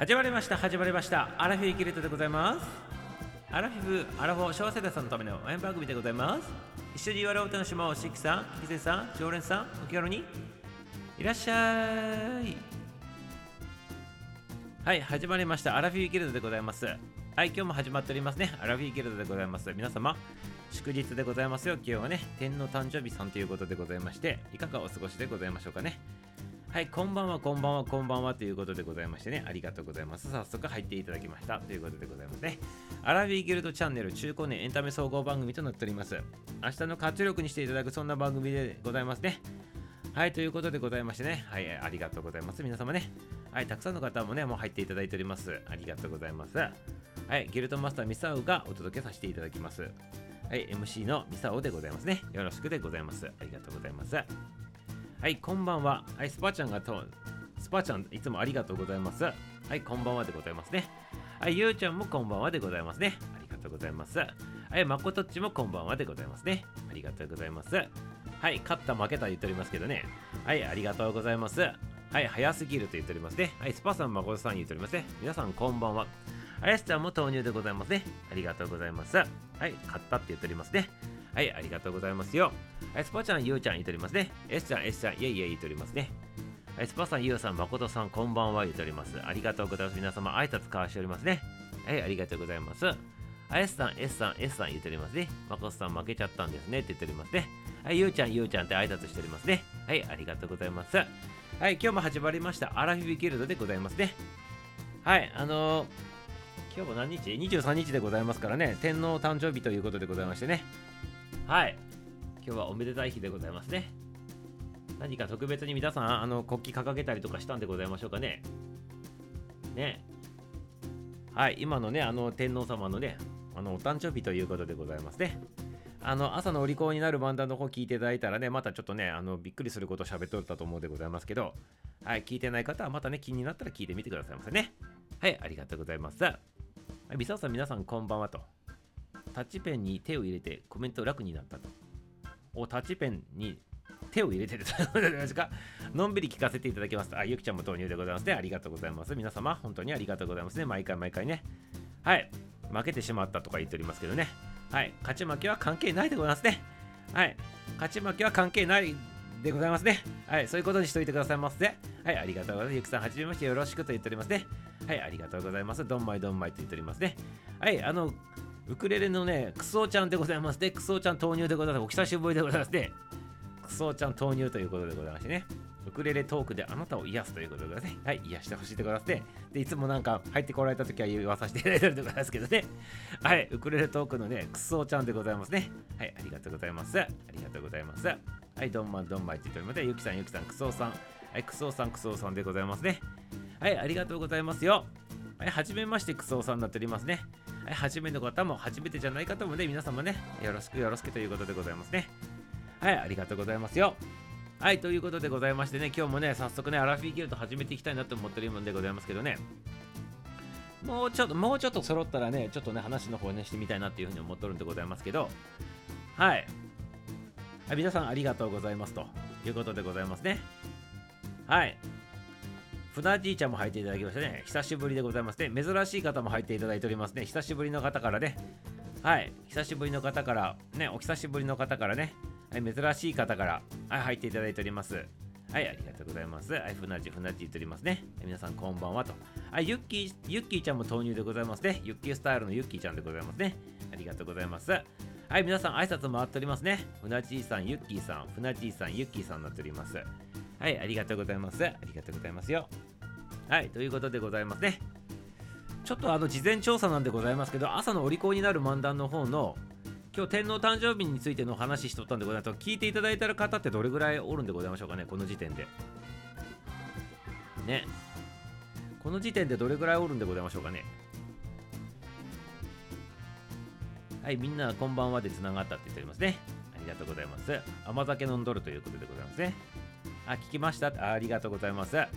始まりました。アラフィーキルトでございます。アラフィフ、アラフォー、小世代さんのための応援番組でございます。一緒に笑う楽しもう。シッキさん、キキセさん、常連さん、お気軽にいらっしゃい。はい、始まりました。アラフィーギルドでございます。はい、今日も始まっておりますね。アラフィーギルドでございます。皆様、祝日でございますよ。今日はね、天皇誕生日さんということでございまして、いかがお過ごしでございましょうかね。はい、こんばんはということでございましてね、ありがとうございます。早速入っていただきましたということでございますね。アラフィーギルドチャンネル中高年エンタメ総合番組となっております。明日の活力にしていただくそんな番組でございますね。はい、ということでございましてね、はい、ありがとうございます。皆様ね、はい、たくさんの方もね、もう入っていただいております。ありがとうございます。はい、ギルドマスターミサオがお届けさせていただきます。はい、MC のミサオでございますね。よろしくでございます。ありがとうございます。はい、こんばんは。はい、スパちゃん、いつもありがとうございます。はい、こんばんはでございますね。はい、ゆうちゃんもこんばんはでございますね。ありがとうございます。はい、まことっちもこんばんはでございますね。ありがとうございます。はい、勝った負けた言っておりますけどね。はい、ありがとうございます。はい、早すぎると言っておりますね。はい、スパさん、まことさん言っておりますね。皆さんこんばんは。あやしちゃんも投入でございますね。ありがとうございます。はい、勝ったって言っておりますね。はい、ありがとうございますよ。はい、スパちゃん、ゆうちゃん言っておりますね。S ちゃん、イエイイエイ言っておりますね。はい、スパさん、ゆうさん、まことさん、こんばんは言っております。ありがとうございます。皆様、挨拶交わしておりますね。はい、ありがとうございます。S さん言っておりますね。まことさん、負けちゃったんですねって言っておりますね。はい、ゆうちゃんって挨拶しておりますね。はい、ありがとうございます。はい、今日も始まりました。アラフィビギルドでございますね。はい、今日も何日 ?23 日でございますからね。天皇誕生日ということでございましてね。はい。今日はおめでたい日でございますね。何か特別に皆さん、国旗掲げたりとかしたんでございましょうかね。ね。はい、今のね、天皇様のね、お誕生日ということでございますね。朝のお利口になる漫談の方聞いていただいたらね、またちょっとね、びっくりすることを喋っとったと思うでございますけど、はい、聞いてない方はまたね、気になったら聞いてみてくださいませね。はい、ありがとうございます。はい、みさおさん、皆さんこんばんはと。タッチペンに手を入れてコメント楽になったと。タッチペンに手を入れてるということですか。のんびり聞かせていただきます。ゆきちゃんも投入でございますね。ありがとうございます。皆様、本当にありがとうございますね。毎回ね。はい。負けてしまったとか言っておりますけどね。はい。勝ち負けは関係ないでございますね。はい。勝ち負けは関係ないでございますね。はい。そういうことにしておいてくださいませ。はい。ありがとうございます。ゆきさん、はじめましてよろしくと言っておりますね。はい。ありがとうございます。どんまいと言っておりますね。はい。ウクレレのね、クソちゃんでございますね。クソちゃん投入でございます。お久しぶりでございますね。クソちゃん投入ということでございましてね。ウクレレトークであなたを癒すということでね。はい、癒してほしいでございますね。で、いつもなんか入ってこられた時は言わさせていただいてるでございますけどね。はい、ウクレレトークのね、クソちゃんでございますね。はい、ありがとうございます。ありがとうございます。はい、どんまいって言っております。ゆきさん、クソさん。はい、クソさんでございますね。はい、ありがとうございますよ。はい、はじめまして、クソさんになっておりますね。はい、初めの方も、初めてじゃない方もね、皆様ね、よろしくということでございますね。はい、ありがとうございますよ。はい、ということでございましてね、今日もね、早速ね、アラフィーギルド始めていきたいなと思ってるもんでございますけどね、もうちょっと揃ったらね、ちょっとね、話の方ね、してみたいなっていうふうに思っとるんでございますけど、はい。はい、皆さんありがとうございますということでございますね。はい。船じいちゃんも入っていただきましたね。久しぶりでございますね。珍しい方も入っていただいておりますね。久しぶりの方からね。はい。久しぶりの方から、ね、お久しぶりの方からね。はい、珍しい方から、はい、入っていただいております。はい、ありがとうございます。はい、船地言っておりますね。皆さんこんばんはと。はい、ユッキーちゃんも投入でございますね。ユッキースタイルのユッキーちゃんでございますね。ありがとうございます。はい、皆さん挨拶回っておりますね。船地さん、ユッキーさん、船地さん、ユッキーさんになっております。はい、ありがとうございます。ありがとうございますよ。はい、ということでございますね。ちょっと事前調査なんでございますけど、朝のお利口になる漫談の方の、今日天皇誕生日についての話しとったんでございますと、聞いていただいてる方ってどれぐらいおるんでございましょうかね、この時点で。ね。この時点でどれぐらいおるんでございましょうかね。はい、みんなこんばんはでつながったって言っておりますね。ありがとうございます。甘酒飲んどるということでございますね。聞きました。ありがとうございます。はい、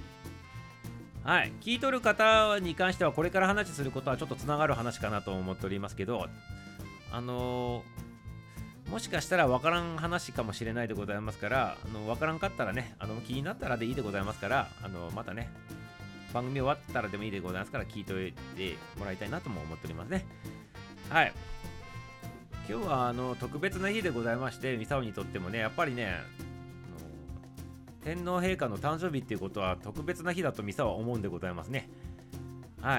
聞いとる方に関してはこれから話することはちょっとつながる話かなと思っておりますけど、もしかしたら分からん話かもしれないでございますから、分からんかったらね、気になったらでいいでございますから、またね、 番組終わったらでもいいでございますから聞いておいてもらいたいなとも思っておりますね。はい。今日は特別な日でございまして、ミサオにとってもね、やっぱりね、天皇陛下の誕生日っていうことは特別な日だとミサオは思うんでございますね。はい。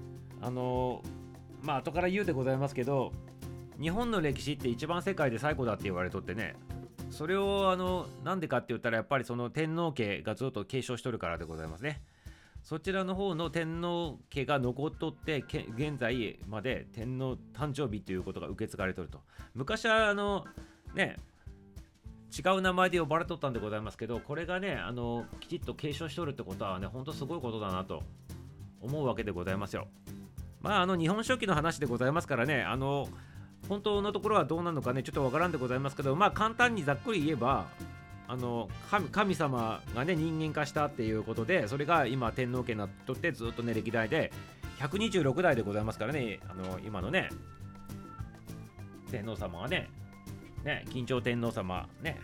まあ後から言うでございますけど、日本の歴史って一番世界で最古だって言われとってね、それをなんでかって言ったらやっぱりその天皇家がずっと継承しとるからでございますね。そちらの方の天皇家が残っとって現在まで天皇誕生日ということが受け継がれとると。昔はね違う名前で呼ばれとったんでございますけど、これがねきちっと継承しとるってことはねほんとすごいことだなと思うわけでございますよ。まあ日本書紀の話でございますからね、本当のところはどうなのかねちょっとわからんでございますけど、まあ簡単にざっくり言えば神様がね人間化したっていうことで、それが今天皇家になっとってずっとね歴代で126代でございますからね、今のね天皇様がね緊張天皇様ね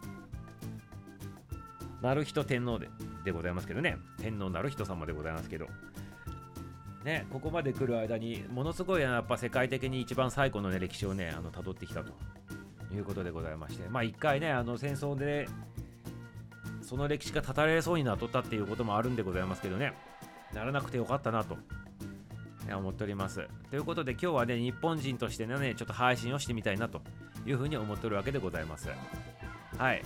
成人天皇でございますけどね、天皇成人様でございますけどね、ここまで来る間にものすごいやっぱ世界的に一番最古のね歴史をね辿ってきたということでございまして、まあ一回ね戦争でその歴史が絶たれそうになっとったっていうこともあるんでございますけどね、ならなくてよかったなと、思っております。ということで今日はね日本人としてねちょっと配信をしてみたいなというふうに思っておるわけでございます。はい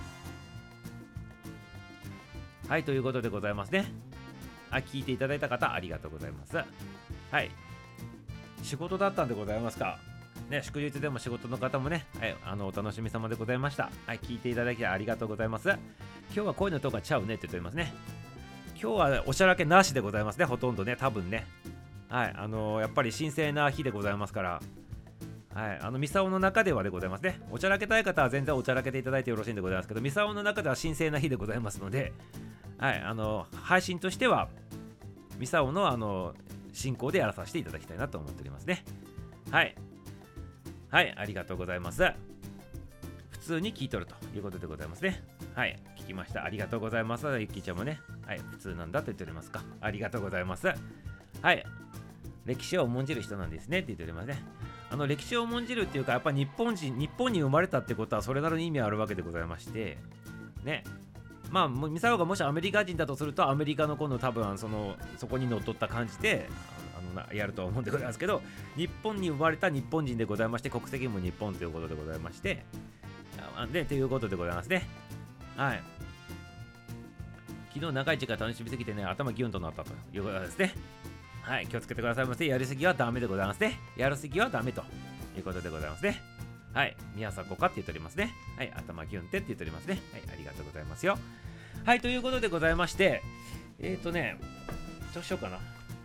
はい、ということでございますね。聞いていただいた方ありがとうございます。はい、仕事だったんでございますかね、祝日でも仕事の方もね、はい、お楽しみ様でございました。はい、聞いていただきありがとうございます。今日は声のとこがちゃうねって言っておりますね。今日はおしゃらけなしでございますね、ほとんどね、多分ね。はい、やっぱり神聖な日でございますから、はい、ミサオの中ではでございますね。おちゃらけたい方は全然おちゃらけていただいてよろしいんでございますけど、ミサオの中では神聖な日でございますので、はい、配信としては、ミサオの進行でやらさせていただきたいなと思っておりますね。はい。はい、ありがとうございます。普通に聞いとるということでございますね。はい、聞きました。ありがとうございます。ゆっきーちゃんもね、はい、普通なんだと言っておりますか。ありがとうございます。はい、歴史を重んじる人なんですねって言っておりますね。歴史を重んじるっていうか、やっぱ日本に生まれたってことはそれなりに意味あるわけでございまして、ね。まあ、ミサオがもしアメリカ人だとすると、アメリカの今度多分そこにのっとった感じでやると思うんでございますけど、日本に生まれた日本人でございまして、国籍も日本ということでございまして、で、ということでございますね。はい。昨日長い時間楽しみすぎてね、頭ギュンとなったということですね。はい、気をつけてくださいませ。やりすぎはダメでございますね。やりすぎはダメということでございますね。はい、宮迫かって言っておりますね。はい、頭ギュンってって言っておりますね。はい、ありがとうございますよ。はい、ということでございまして、どうしようかな。ちょっと待ってください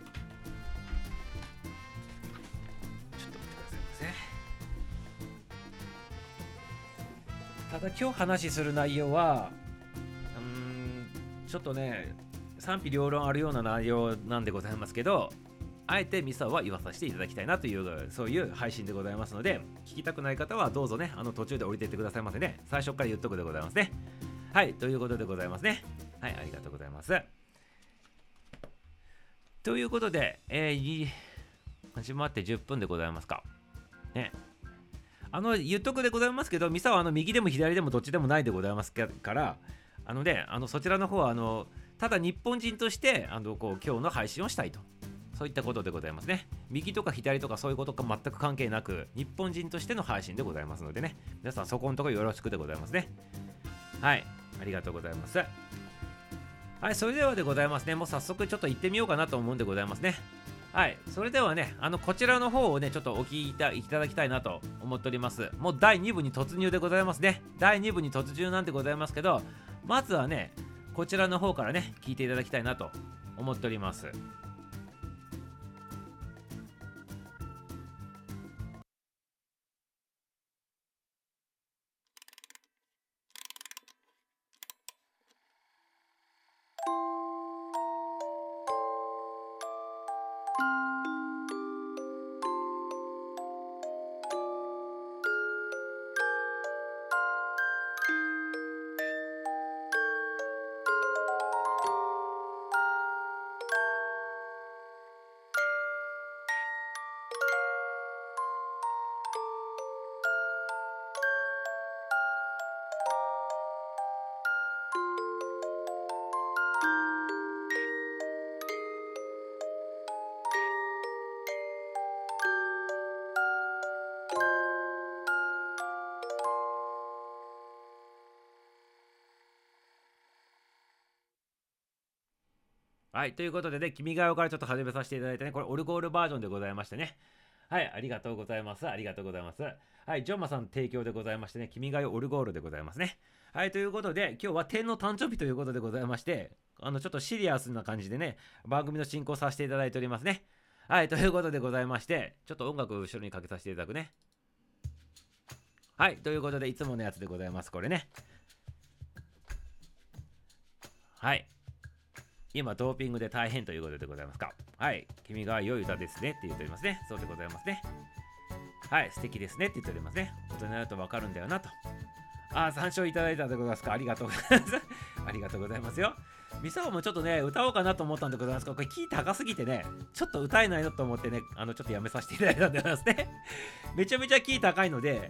ませ。ただ今日話する内容は、ちょっとね、賛否両論あるような内容なんでございますけど、あえてミサオは言わさせていただきたいなという、そういう配信でございますので、聞きたくない方はどうぞね、途中で降りていってくださいませね。最初から言っとくでございますね。はい、ということでございますね。はい、ありがとうございます。ということで、始まって10分でございますか。ね。言っとくでございますけど、ミサは右でも左でもどっちでもないでございますから、そちらの方は、ただ日本人として、今日の配信をしたいと。そういったことでございますね。右とか左とかそういうことか全く関係なく、日本人としての配信でございますのでね、皆さんそこのところよろしくでございますね。はい、ありがとうございます。はい、それではでございますね。もう早速ちょっと行ってみようかなと思うんでございますね。はい、それではね、こちらの方をね、ちょっとお聞きいただきたいなと思っております。もう第2部に突入でございますね。第2部に突入なんでございますけど、まずはね、こちらの方からね、聞いていただきたいなと思っております。 はい、ということでね、君が代からちょっと始めさせていただいてね、これオルゴールバージョンでございましてね。はい、ありがとうございます。ありがとうございます。はい、ジョンマさん提供でございましてね、君が代オルゴールでございますね。はい、ということで、今日は天の誕生日ということでございまして、ちょっとシリアスな感じでね、番組の進行させていただいておりますね。はい、ということでございまして、ちょっと音楽を後ろにかけさせていただくね。はい、ということで、いつものやつでございます、これね。はい。今、ドーピングで大変ということでございますか。はい。君が良い歌ですねって言っておりますね。そうでございますね。はい。素敵ですねって言っておりますね。大人になるとわかるんだよなと。あ、参照いただいたでございますか。ありがとうございます。ありがとうございますよ。ミサオもちょっとね、歌おうかなと思ったんでございますが、これキー高すぎてね、ちょっと歌えないのと思ってね、ちょっとやめさせていただいたんでございますね。めちゃめちゃキー高いので、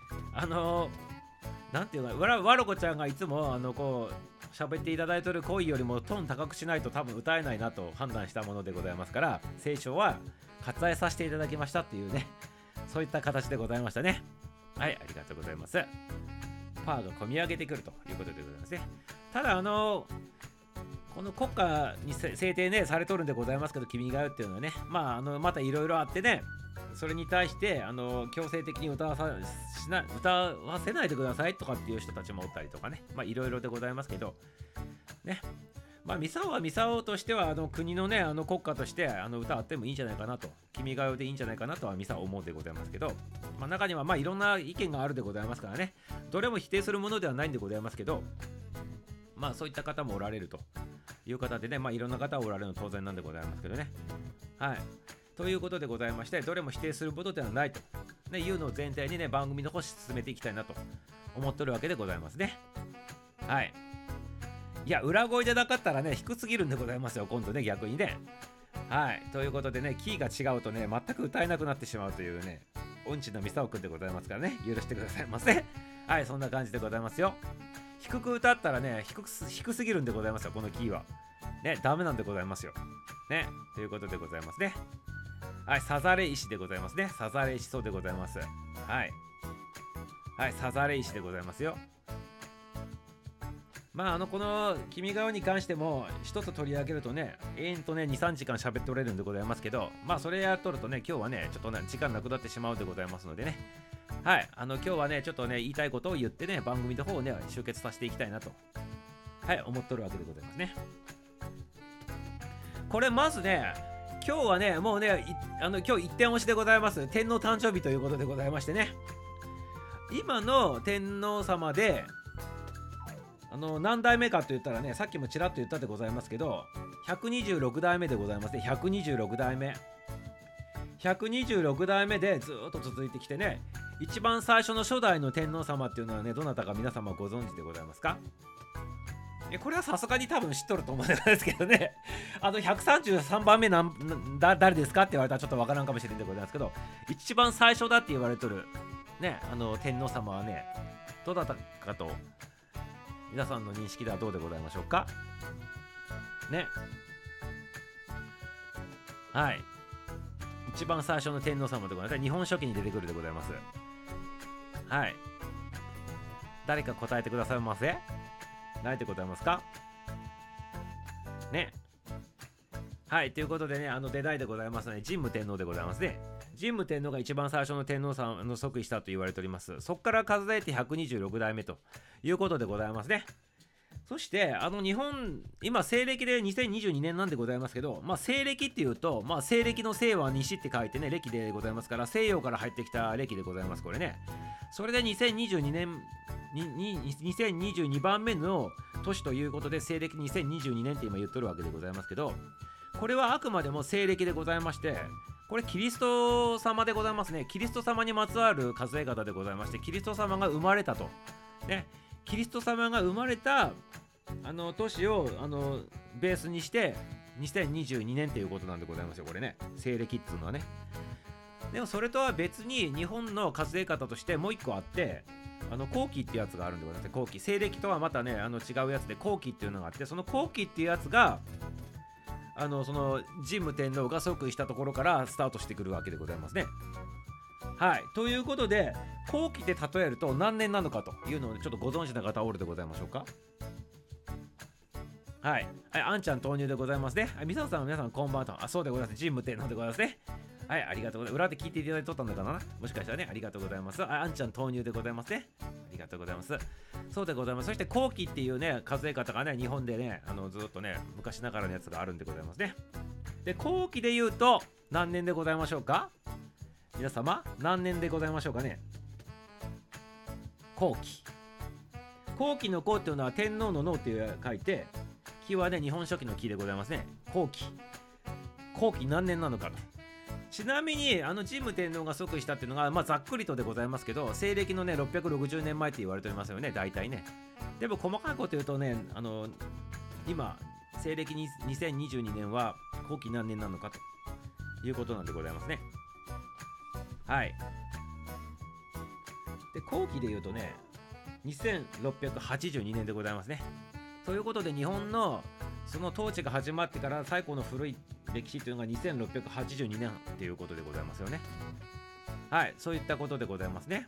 なんていうか、わろこちゃんがいつも、こう、喋っていただいている声よりもトーン高くしないと多分歌えないなと判断したものでございますから、聖書は割愛させていただきましたっていうね、そういった形でございましたね。はい、ありがとうございます。パワーが込み上げてくるということでございますね。ただこの国家に制定ねされとるんでございますけど、君が代っていうのはね、またいろいろあってね、それに対して強制的に歌わせないでくださいとかっていう人たちもおったりとかね、いろいろでございますけどね。ミサオはミサオとしては国のね国家として歌あってもいいんじゃないかなと、君が代でいいんじゃないかなとはミサオ思うでございますけど、中にはいろんな意見があるでございますからね、どれも否定するものではないんでございますけど、そういった方もおられるという方でね、いろんな方がおられるの当然なんでございますけどね。はい。ということでございまして、どれも否定することではないと、ね、いうのを前提にね、番組の方進めていきたいなと思ってるわけでございますね。はい。いや、裏声でなかったらね、低すぎるんでございますよ、今度ね、逆にね。はい。ということでね、キーが違うとね、全く歌えなくなってしまうというね、音痴なミサオくんでございますからね、許してくださいませ。はい、そんな感じでございますよ。低く歌ったらね、低すぎるんでございますよ、このキーは。ね、ダメなんでございますよ。ね、ということでございますね。はい、サザレ石でございますね。サザレ石そうでございます。はい。はい、サザレ石でございますよ。この君側に関しても、一つ取り上げるとね、永遠とね、2、3時間喋っておれるんでございますけど、それやっとるとね、今日はね、ちょっとね、時間なくなってしまうでございますのでね。はい、今日はね、ちょっとね、言いたいことを言ってね、番組の方をね、集結させていきたいなと、はい、思っとるわけでございますね。これまずね、今日はね、もうね、今日一点押しでございます。天皇誕生日ということでございましてね。今の天皇様で、何代目かと言ったらね、さっきもちらっと言ったでございますけど、126代目でございますね。126代目。126代目でずっと続いてきてね、一番最初の初代の天皇様っていうのはね、どなたか皆様ご存知でございますか？これはさすがに多分知っとると思うんですけどね。133番目誰ですかって言われたらちょっとわからんかもしれんでございますけど、一番最初だって言われとるね、天皇様はね、どなたかと皆さんの認識ではどうでございましょうかね。はい、一番最初の天皇様でございます。日本書紀に出てくるでございます。はい、誰か答えてくださいませ。何でございますかね。はい、ということでね、出題でございますね。神武天皇でございますね。神武天皇が一番最初の天皇さんの即位したと言われております。そこから数えて126代目ということでございますね。そして日本今西暦で2022年なんでございますけど、西暦っていうと、西暦の西は西って書いてね、暦でございますから、西洋から入ってきた暦でございます。これね、それで2022年2022番目の年ということで、西暦2022年って今言っとるわけでございますけど、これはあくまでも西暦でございまして、これキリスト様でございますね。キリスト様にまつわる数え方でございまして、キリスト様が生まれたとね、キリスト様が生まれた年をベースにして2022年ということなんでございますよ、これね、西暦っていうのはね。でもそれとは別に日本の数え方としてもう一個あって、後期っていうやつがあるんでございます。後期、西暦とはまたね違うやつで後期っていうのがあって、その後期っていうやつがその神武天皇が即位したところからスタートしてくるわけでございますね。はい、ということで、後期で例えると何年なのかというのをちょっとご存知な方おるでございましょうか。 はい。はい、あんちゃん投入でございますね。はい、みさおさん、皆さんこんばんはと。あ、そうでございます。神武天皇でございますね。はい、ありがとうございます。裏で聞いていただいとったんだかな、もしかしたらね、ありがとうございます。あんちゃん投入でございますね。ありがとうございます。そうでございます。そして後期っていうね、数え方がね、日本でね、ずっとね、昔ながらのやつがあるんでございますね。で、後期で言うと、何年でございましょうか？皆様、何年でございましょうかね？後期。後期の後っていうのは天皇の皇っていう書いて、期はね、日本書紀の期でございますね。後期。後期何年なのかと。ちなみに神武天皇が即位したっていうのが、まあ、ざっくりとでございますけど、西暦のね660年前って言われておりますよね、大体ね。でも細かいこと言うとね、今西暦に2022年は後期何年なのかということなんでございますね。はい。で後期で言うとね、2682年でございますね。ということで日本のその統治が始まってから最古の古い歴史というのが2682年ということでございますよね。はい、そういったことでございますね。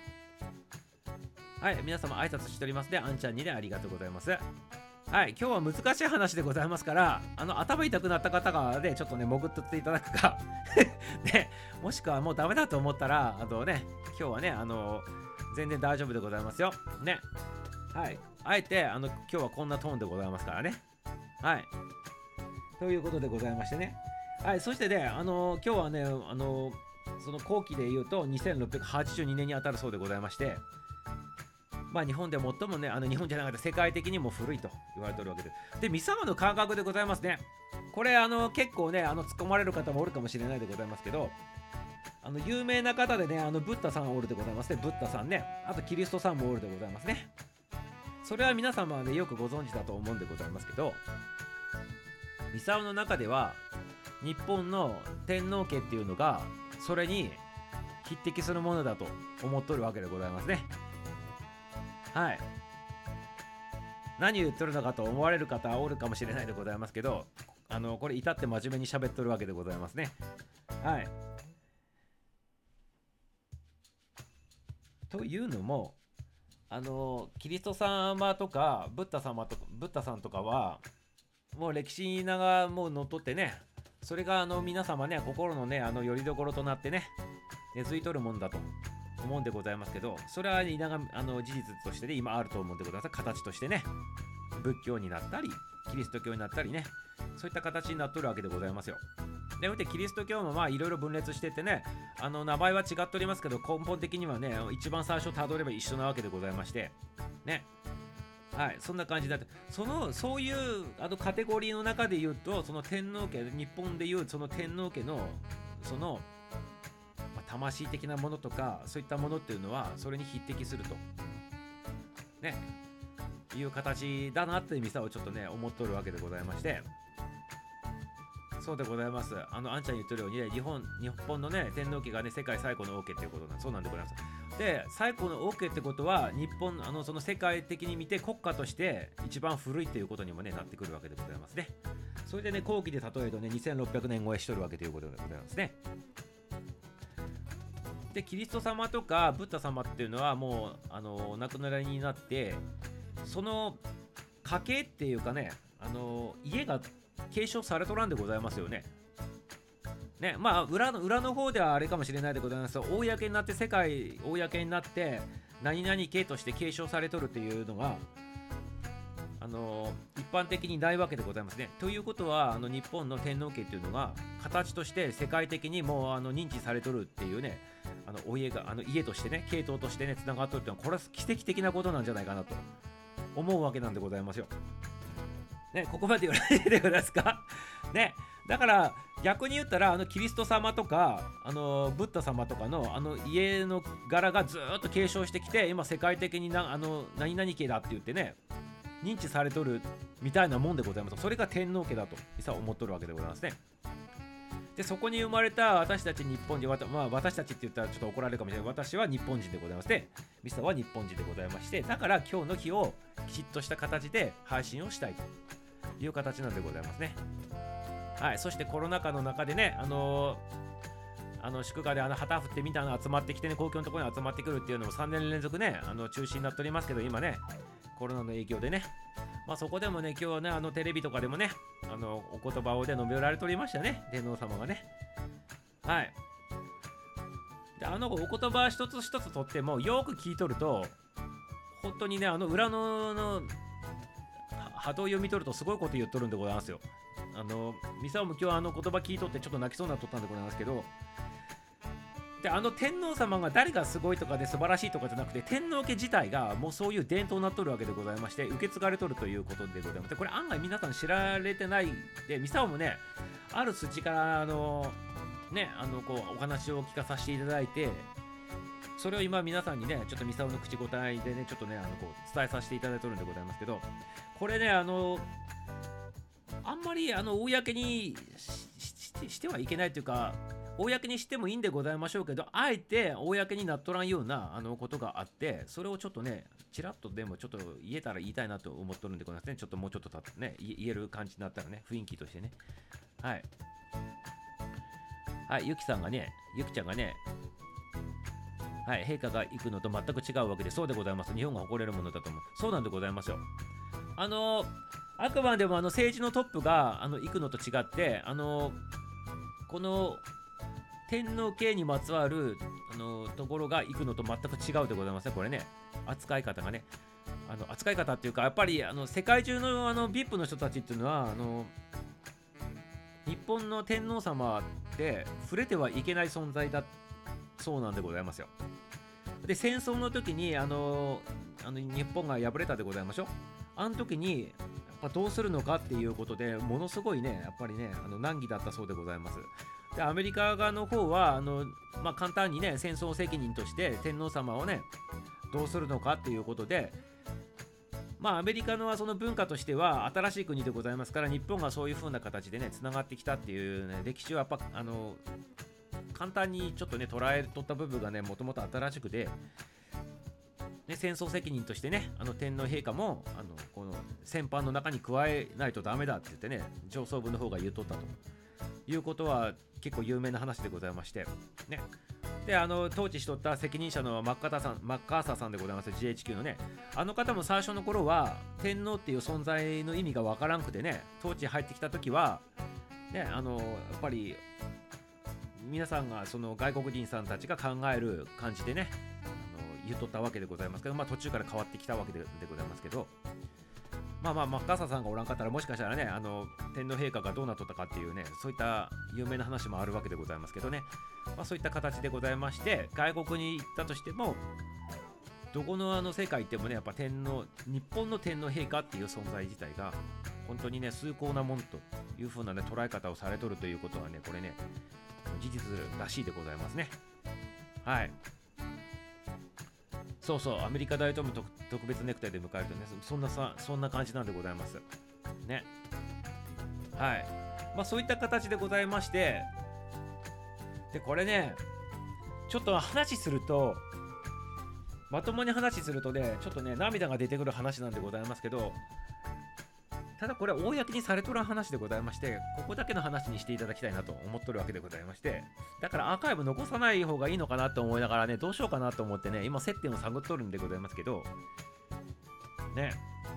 はい、皆様挨拶しておりますね。あんちゃんにね、ありがとうございます。はい、今日は難しい話でございますから、頭痛くなった方がね、ちょっとね、潜っていただくかね、もしくはもうダメだと思ったら、ね、今日はね、全然大丈夫でございますよ。ね。はい。あえて、今日はこんなトーンでございますからね。はい。ということでございましてね。はい。そしてね、今日はね、その後期で言うと、2682年に当たるそうでございまして、まあ日本で最もね、日本じゃなくて世界的にも古いと言われておるわけです。で、三沢の感覚でございますね。これ、結構ね、突っ込まれる方もおるかもしれないでございますけど、有名な方でね、ブッダさんおるでございますね。ブッダさんね。あとキリストさんもおるでございますね。それは皆様はね、よくご存知だと思うんでございますけど、ミサオの中では、日本の天皇家っていうのが、それに匹敵するものだと思っとるわけでございますね。はい。何を言っとるのかと思われる方はおるかもしれないでございますけど、これ至って真面目に喋っとるわけでございますね。はい。というのも、キリスト様とかブッダさんとかはもう歴史がもう乗っ取ってね、それが皆様ね、心のね、拠り所となってね、根付いとるもんだと思うんでございますけど、それは事実としてね、今あると思うんでございます。形としてね、仏教になったりキリスト教になったりね、そういった形になっとるわけでございますよ。でもってキリスト教もまあいろいろ分裂しててね、名前は違っておりますけど、根本的にはね、一番最初たどれば一緒なわけでございましてね。はい、そんな感じだって、そういうカテゴリーの中で言うと、その天皇家、日本でいうその天皇家のその、魂的なものとかそういったものっていうのはそれに匹敵するとね、いう形だなってミサをちょっとね思っとるわけでございまして、そうでございます。あんちゃん言ってるようにね、日本のね天皇家がね世界最古の王家っていうことそうなんでございます。で、最古の王家ってことは日本その世界的に見て国家として一番古いっていうことにもねなってくるわけでございますね。それでね後期で例えるとね2600年超えしとるわけということでございますね。でキリスト様とかブッダ様っていうのはもうお亡くなりになって、その家系っていうかね、家が継承されとらんでございますよね。ね、まあ裏の方ではあれかもしれないでございます。公になって世界公になって何々家として継承されとるっていうのが一般的にないわけでございますね。ということは日本の天皇家っていうのが形として世界的にもう認知されとるっていうね、お家が家としてね系統としてねつながっとるっていうのは、これは奇跡的なことなんじゃないかなと思うわけなんでございますよ。ね、ここまで言われてくださいかね。だから逆に言ったらキリスト様とかブッダ様とかの家の柄がずっと継承してきて、今世界的に何々家だって言ってね認知されとるみたいなもんでございます。それが天皇家だと実は思っとるわけでございますね。でそこに生まれた私たち日本人、私たちって言ったらちょっと怒られるかもしれない。私は日本人でございまして、ミサは日本人でございまして、だから今日の日をきちっとした形で配信をしたいという形なんでございますね。はい、そしてコロナ禍の中でね、祝賀で旗振ってみたいな集まってきてね、公共のところに集まってくるっていうのも3年連続ね中止になっておりますけど、今ねコロナの影響でね、 まあそこでもね、今日はね、テレビとかでもね、お言葉をで述べられておりましたね、天皇様がね。はい。で、お言葉一つ一つとっても、よく聞いとると、本当にね、裏の波動を読み取るとすごいこと言っとるんでございますよ。ミサオも今日言葉聞いとってちょっと泣きそうになっとったんでございますけど、で天皇様が誰がすごいとかで素晴らしいとかじゃなくて、天皇家自体がもうそういう伝統になっとるわけでございまして、受け継がれとるということでございまして、これ案外皆さん知られてないで、ミサオもね、ある筋からね、こうお話を聞かさせていただいて、それを今皆さんにね、ちょっとミサオの口答えでね、ちょっとね、こう伝えさせていただいてるんでございますけど、これね、あんまり公にしてはいけないというか、公にしてもいいんでございましょうけど、あえて公になっとらんようなことがあって、それをちょっとね、ちらっとでもちょっと言えたら言いたいなと思っとるんでございますね。ちょっともうちょっとね、言える感じになったらね、雰囲気としてね。はい。はい、ゆきさんがね、ゆきちゃんがね、はい、陛下が行くのと全く違うわけで、そうでございます。日本が誇れるものだと思う。そうなんでございますよ。あくまでも政治のトップが行くのと違って、この天皇家にまつわるところが行くのと全く違うでございますね、これね。扱い方がね。扱い方っていうか、やっぱり世界中のVIP の人たちっていうのは、日本の天皇様って触れてはいけない存在だそうなんでございますよ。で、戦争の時に日本が敗れたでございましょう。あの時にやっぱどうするのかっていうことでものすごいね、やっぱりね、難儀だったそうでございます。で、アメリカ側の方はまあ、簡単にね、戦争責任として天皇様をね、どうするのかっていうことで、まあアメリカのその文化としては新しい国でございますから、日本がそういう風な形でね、つながってきたっていうね、歴史はやっぱ簡単にちょっとね、捉えとった部分がね、もともと新しくて、ね、戦争責任としてね、天皇陛下もこの戦犯の中に加えないとダメだって言ってね、上層部の方が言っとったということは結構有名な話でございましてね。で、統治しとった責任者のマッカーサーさんでございます。 GHQ のね、あの方も最初の頃は天皇っていう存在の意味がわからんくてね、統治入ってきた時はね、やっぱり皆さんがその外国人さんたちが考える感じでね、言っとったわけでございますけど、まあ途中から変わってきたわけでございますけど、まあまあマッカーサーさんがおらんかったら、もしかしたらね、天皇陛下がどうなっとったかっていうね、そういった有名な話もあるわけでございますけどね、まあ、そういった形でございまして、外国に行ったとしても、どこの世界行ってもね、やっぱ日本の天皇陛下っていう存在自体が本当にね、崇高なもんという風なね、捉え方をされとるということはね、これね、事実らしいでございますね。はい。そうそう、アメリカ大統領特別ネクタイで迎えるとね、そんな感じなんでございます。ね。はい。まあそういった形でございまして、で、これね、ちょっと話すると、まともに話するとね、ちょっとね、涙が出てくる話なんでございますけど、ただこれ公にされとる話でございまして、ここだけの話にしていただきたいなと思っとるわけでございまして、だからアーカイブ残さない方がいいのかなと思いながらね、どうしようかなと思ってね、今接点を探っとるんでございますけどね、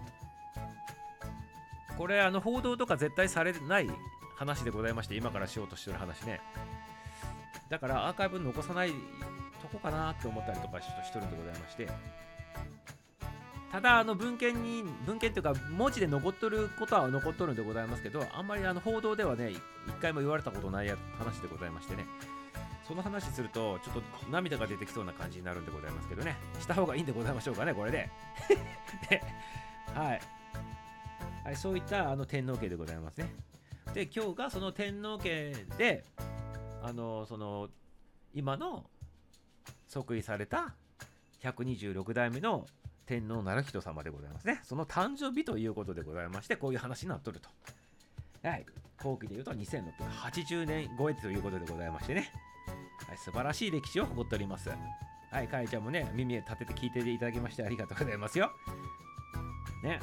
これ報道とか絶対されない話でございまして、今からしようとしてる話ね、だからアーカイブ残さないとこかなって思ったりとかしとるんでございまして、ただ文献というか文字で残っとることは残っとるんでございますけど、あんまり報道ではね、一回も言われたことない話でございましてね、その話するとちょっと涙が出てきそうな感じになるんでございますけどね、した方がいいんでございましょうかね、これでで、はい、はい、そういった天皇家でございますね。で、今日がその天皇家でその今の即位された126代目の天皇成人様でございますね。その誕生日ということでございまして、こういう話になっとると。はい。後期で言うと2680年超えということでございましてね。はい、素晴らしい歴史を誇っております。はい、かえちゃんもね、耳立てて聞いていただきましてありがとうございますよ。ね。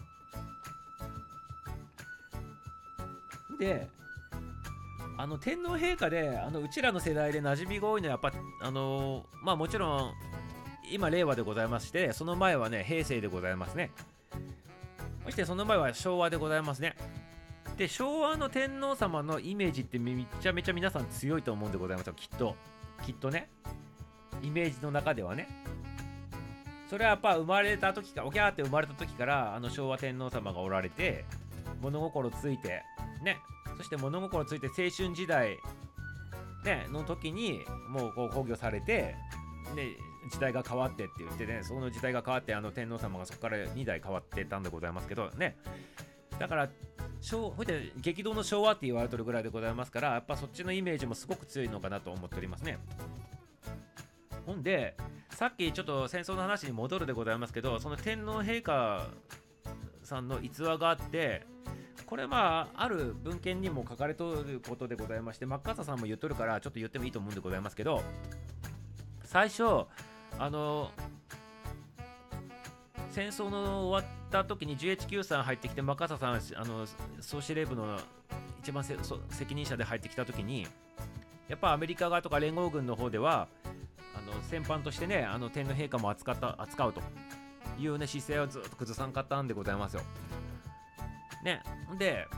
で、天皇陛下でうちらの世代で馴染みが多いのはやっぱまあもちろん今令和でございまして、その前はね平成でございますね。 そしてその前は昭和でございますね。で、昭和の天皇様のイメージってめちゃめちゃ皆さん強いと思うんでございますよ、きっとね、イメージの中ではね。それはやっぱ生まれた時から、おきゃーって生まれた時から昭和天皇様がおられて、物心ついてね、そして物心ついて青春時代ねの時にもうこう崩御されて、で時代が変わってって言ってね、その時代が変わって天皇様がそこから2代変わってたんでございますけどね。だからほいで激動の昭和って言われてるぐらいでございますから、やっぱそっちのイメージもすごく強いのかなと思っておりますね。ほんでさっきちょっと戦争の話に戻るでございますけど、その天皇陛下さんの逸話があって、これある文献にも書かれとることでございまして、マッカーサーさんも言っとるからちょっと言ってもいいと思うんでございますけど、最初戦争の終わった時に GHQ さん入ってきて、マッカーサーさん総司令部の一番責任者で入ってきた時に、やっぱアメリカ側とか連合軍の方では戦犯としてね天皇陛下も扱うというね姿勢をずっと崩さんかったんでございますよね。で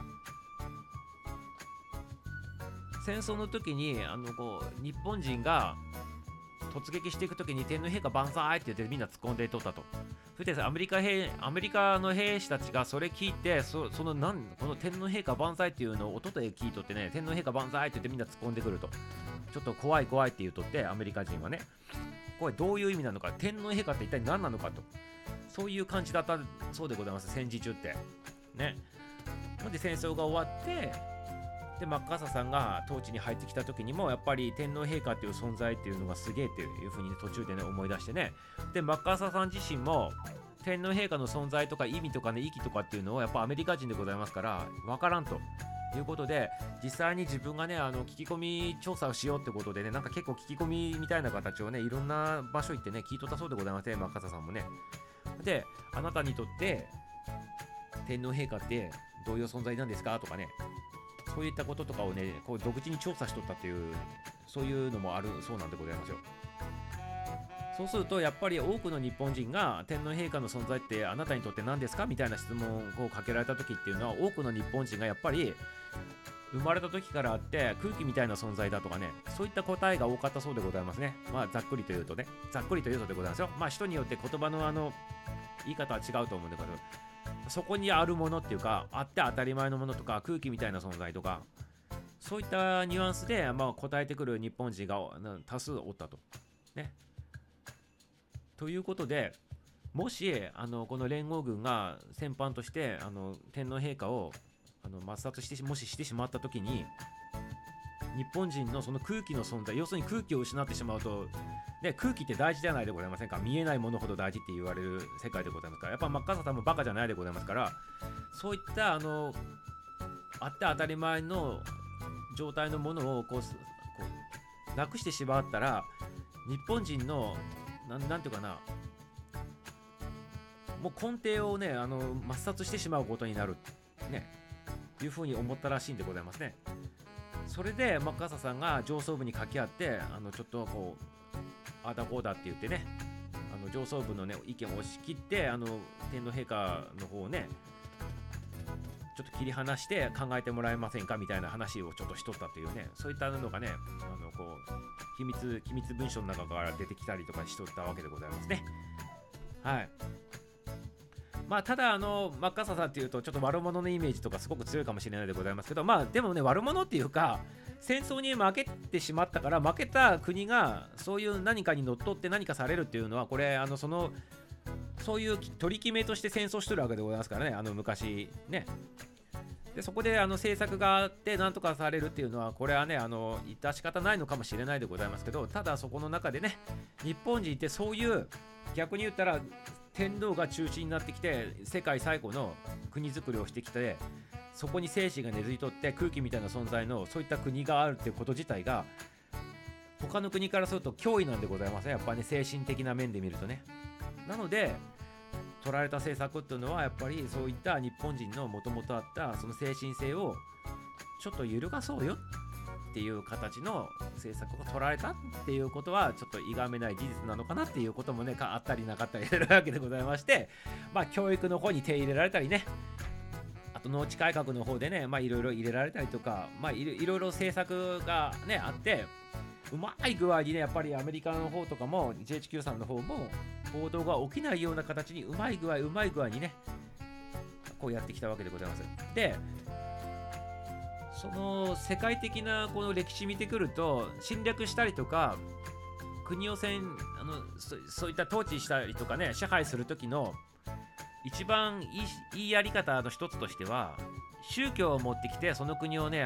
戦争の時に日本人が突撃していく時に天皇陛下万歳って言ってみんな突っ込んでいっとったと。そしてアメリカの兵士たちがそれ聞いて、この天皇陛下万歳っていうのを音で聞いとってね、天皇陛下万歳って言ってみんな突っ込んでくると。ちょっと怖いって言うとって、アメリカ人はね、これどういう意味なのか、天皇陛下って一体何なのかと、そういう感じだったそうでございます、戦時中ってね。で戦争が終わって、でマッカーサーさんが統治に入ってきた時にもやっぱり天皇陛下っていう存在っていうのがすげえっていう風に、ね、途中でね思い出してね。でマッカーサーさん自身も天皇陛下の存在とか意味とかね、意義とかっていうのをやっぱアメリカ人でございますから分からんということで、実際に自分がね聞き込み調査をしようってことでね、なんか結構聞き込みみたいな形をねいろんな場所行ってね聞いとったそうでございますね、マッカーサーさんもね。であなたにとって天皇陛下ってどういう存在なんですかとかね、そういったこととかをねこう独自に調査しとったっていう、そういうのもあるそうなんでございますよ。そうするとやっぱり多くの日本人が天皇陛下の存在ってあなたにとって何ですかみたいな質問をかけられた時っていうのは、多くの日本人がやっぱり生まれた時からあって空気みたいな存在だとかね、そういった答えが多かったそうでございますね。ざっくりと言うとでございますよ。人によって言葉の言い方は違うと思うんだけど、そこにあるものっていうか、あって当たり前のものとか空気みたいな存在とか、そういったニュアンスで答えてくる日本人が多数おったとね。ということで、もしこの連合軍が戦犯として天皇陛下を抹殺してもししてしまった時に、日本人のその空気の存在、要するに空気を失ってしまうと、ね、空気って大事じゃないでございませんか。見えないものほど大事って言われる世界でございますから、やっぱマッカーサーさんもバカじゃないでございますから、そういったあって当たり前の状態のものをなくしてしまったら、日本人のなんていうかな、もう根底をね抹殺してしまうことになるね、いうふうに思ったらしいんでございますね。それでマッカーサーさんが上層部に掛け合ってちょっとあだこうだって言ってね、上層部のね意見を押し切って天皇陛下の方をねちょっと切り離して考えてもらえませんかみたいな話をちょっとしとったっていうね、そういったのがね機密文書の中から出てきたりとかしとったわけでございますね。はい。ただマッカーサーさんっていうとちょっと悪者のイメージとかすごく強いかもしれないでございますけど、でもね悪者っていうか、戦争に負けてしまったから、負けた国がそういう何かにのっとって何かされるっていうのは、これそういう取り決めとして戦争してるわけでございますからね、昔ね。でそこで政策があって何とかされるっていうのは、これはね致し方ないのかもしれないでございますけど、ただそこの中でね、日本人ってそういう、逆に言ったら天皇が中心になってきて世界最古の国づくりをしてきて、そこに精神が根付いとって空気みたいな存在のそういった国があるっていうこと自体が、他の国からすると脅威なんでございますね、やっぱりね、精神的な面で見るとね。なので取られた政策っていうのは、やっぱりそういった日本人のもともとあったその精神性をちょっと揺るがそうよってっていう形の政策を取られたっていうことはちょっと歪めない事実なのかなっていうこともねあったりなかったりするわけでございまして、教育の方に手入れられたりね、あと農地改革の方でねいろいろ入れられたりとか、いろいろ政策がねあって、うまい具合にねやっぱりアメリカの方とかも GHQ さんの方も暴動が起きないような形にうまい具合にねこうやってきたわけでございます。でその世界的なこの歴史見てくると、侵略したりとか国をそういった統治したりとかね支配する時の一番いいやり方の一つとしては、宗教を持ってきてその国をね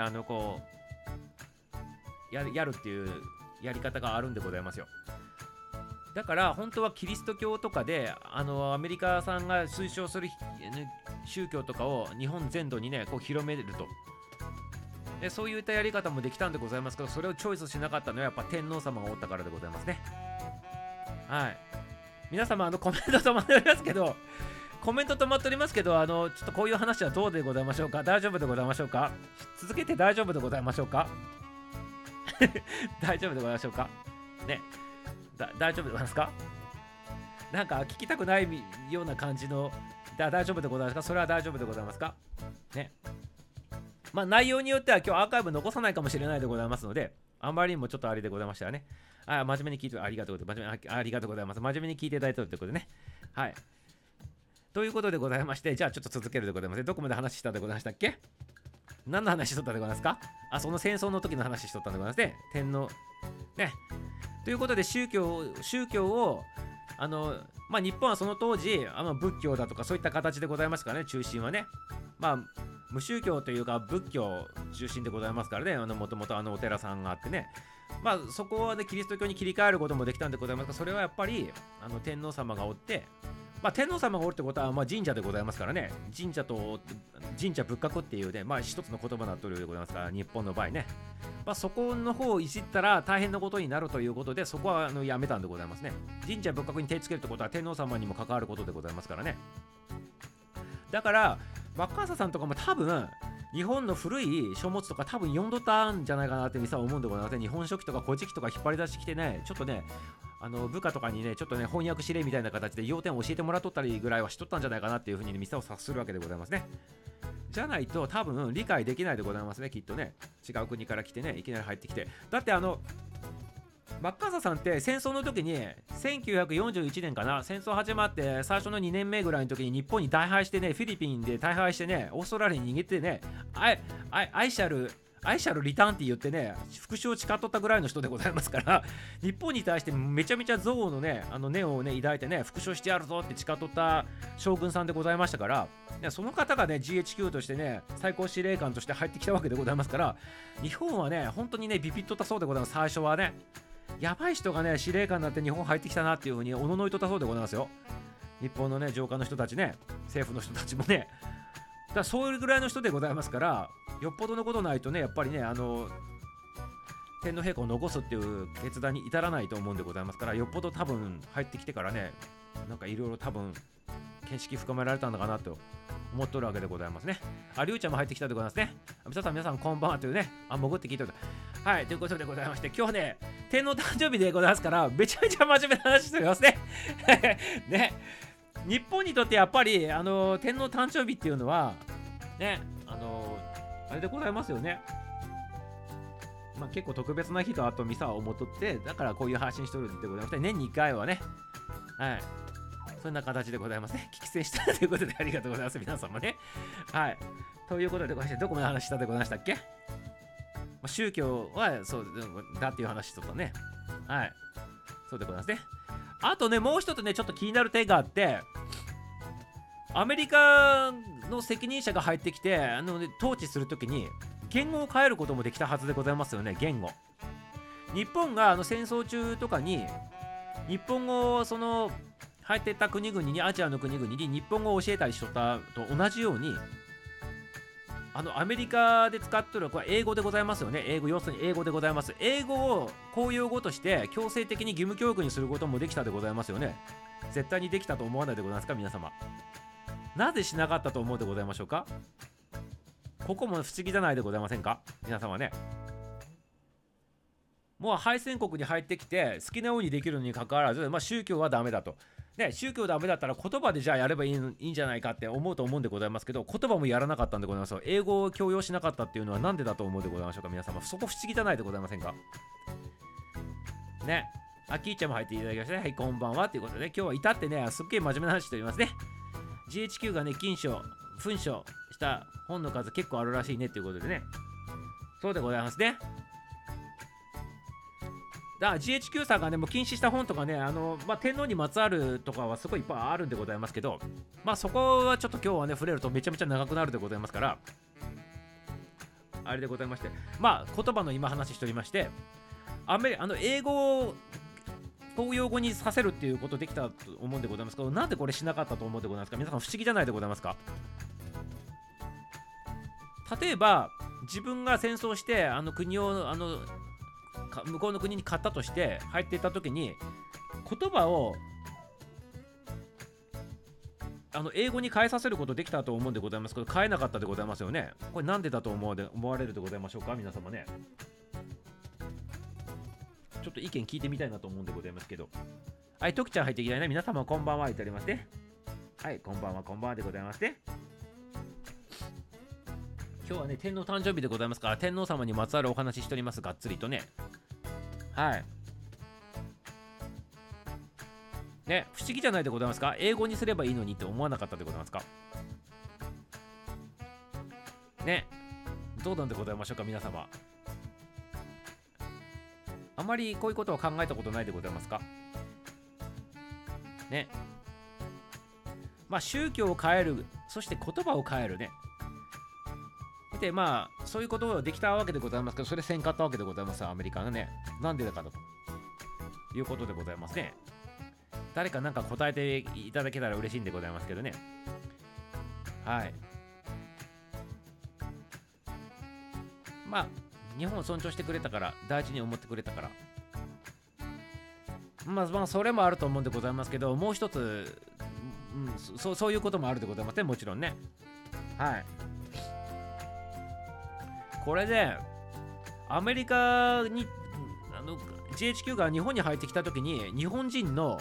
やるっていうやり方があるんでございますよ。だから本当はキリスト教とかでアメリカさんが推奨する宗教とかを日本全土にねこう広めると、でそういったやり方もできたんでございますけど、それをチョイスしなかったのはやっぱ天皇様がおったからでございますね。はい、皆様コメント止まっておりますけどちょっとこういう話はどうでございましょうか。大丈夫でございましょうか。続けて大丈夫でございましょうか大丈夫でございましょうかね。大丈夫でございますか。なんか聞きたくないような感じの大丈夫でございますか。それは大丈夫でございますかね。内容によっては今日アーカイブ残さないかもしれないでございますので、あまりにもちょっとあれでございましたらね、真面目に聞いてありがとうございます。ありがとうございます。真面目に聞いていただいてるということでね。はい。ということでございまして、じゃあちょっと続けるでございます。どこまで話したでございましたっけ。何の話しとったでございますか。その戦争の時の話しとったんでございますね。天皇ね。ということで宗教を日本はその当時仏教だとかそういった形でございますからね、中心はね無宗教というか仏教中心でございますからね、もともとお寺さんがあってね、そこはねキリスト教に切り替えることもできたんでございますが、それはやっぱり天皇様がおって、天皇様がおるってことは神社でございますからね、神社仏閣っていうね一つの言葉になっておるでございますから、日本の場合ね、そこの方をいじったら大変なことになるということで、そこはやめたんでございますね。神社仏閣に手つけるってことは天皇様にも関わることでございますからね。だからマッカーサーさんとかも多分日本の古い書物とか多分読んどったんじゃないかなって思うんでございますね。日本書紀とか古事記とか引っ張り出してきてね、ちょっとね部下とかにねちょっとね翻訳指令みたいな形で要点を教えてもらっとったりぐらいはしとったんじゃないかなっていうふうにミサを察するわけでございますね。じゃないと多分理解できないでございますね、きっとね。違う国から来てね、いきなり入ってきて、だってマッカーサーさんって戦争の時に1941年かな、戦争始まって最初の2年目ぐらいの時に日本に大敗してね、フィリピンで大敗してね、オーストラリアに逃げてね、アイシャルリターンって言ってね、復讐を誓っとったぐらいの人でございますから、日本に対してめちゃめちゃ憎悪のね念をね抱いてね、復讐してやるぞって誓っとった将軍さんでございましたから、その方がね GHQ としてね最高司令官として入ってきたわけでございますから、日本はね本当にねビビっとったそうでございます。最初はねやばい人がね司令官になって日本入ってきたなっていう風におののいとったそうでございますよ。日本のね上官の人たちね、政府の人たちもね、だからそういうぐらいの人でございますから、よっぽどのことないとねやっぱりね天皇陛下を残すっていう決断に至らないと思うんでございますから、よっぽど多分入ってきてからねなんかいろいろ多分見識深められたんだかなと思っとるわけでございますね。りゅうちゃんも入ってきたでございますね。皆さんこんばんはというね、潜って聞いてる。はい、ということでございまして、今日ね天皇誕生日でございますから、めちゃめちゃ真面目な話しておりますねね、日本にとってやっぱり天皇誕生日っていうのはねあれでございますよね。結構特別な日とあとミサを思っとって、だからこういう配信してるんでございまして、年に1回はね、はい、そんな形でございますね。聞き戦したということでありがとうございます、皆様ね。はい。ということでございまして、どこまで話したでございましたっけ。宗教はそうだっていう話しとったね。はい。そうでございますね。あとね、もう一つね、ちょっと気になる点があって、アメリカの責任者が入ってきて、統治するときに、言語を変えることもできたはずでございますよね、言語。日本が戦争中とかに、日本語を入っていった国々に、アジアの国々に日本語を教えたりしとったと同じように、アメリカで使ってるこれ英語でございますよね。要するに英語でございます。英語を公用語として強制的に義務教育にすることもできたでございますよね。絶対にできたと思わないでございますか、皆様。なぜしなかったと思うでございましょうか。ここも不思議じゃないでございませんか、皆様ね。 もう敗戦国に入ってきて好きなようにできるのにかかわらず、宗教はダメだと。で宗教ダメだったら言葉でじゃあやればいいんじゃないかって思うと思うんでございますけど、言葉もやらなかったんでございますよ。英語を強要しなかったっていうのはなんでだと思うでございましょうか皆様。そこ不思議じゃないでございませんかね。キーちゃんも入っていただきましたね。はい、こんばんはということで、今日は至ってね、すっげえ真面目な話しておりますね。GHQ がね、禁書、噴書した本の数結構あるらしいねっていうことでね。そうでございますね。だから GHQ さんがね、もう禁止した本とかね、天皇にまつわるとかはすごいいっぱいあるんでございますけど、そこはちょっと今日はね、触れるとめちゃめちゃ長くなるでございますから、あれでございまして、言葉の今話しておりまして、英語を公用語にさせるっていうことできたと思うんでございますけど、なんでこれしなかったと思うんでございますか皆さん。不思議じゃないでございますか。例えば自分が戦争して国を向こうの国に勝ったとして入っていった時に、言葉を英語に変えさせることできたと思うんでございますけど、変えなかったでございますよね。これなんでだと思われるでございましょうか皆様ね。ちょっと意見聞いてみたいなと思うんでございますけど。はい、トキちゃん入ってきたいね。皆様こんばんは言っておりますね。はい、こんばんはでございますね。今日はね、天皇誕生日でございますから、天皇様にまつわるお話ししております。がっつりとね。はい。ね、不思議じゃないでございますか。英語にすればいいのにって思わなかったでございますか。ね、どうなんでございましょうか皆様。あまりこういうことは考えたことないでございますかね。宗教を変える、そして言葉を変えるね。でそういうことをできたわけでございますけど、それせんかったわけでございますアメリカがね。なんでだかということでございますね。誰かなんか答えていただけたら嬉しいんでございますけどね。はい。日本を尊重してくれたから、大事に思ってくれたから、それもあると思うんでございますけど、もう一つ、そういうこともあるでございますね。もちろんね。はい。これでアメリカにGHQ が日本に入ってきた時に、日本人の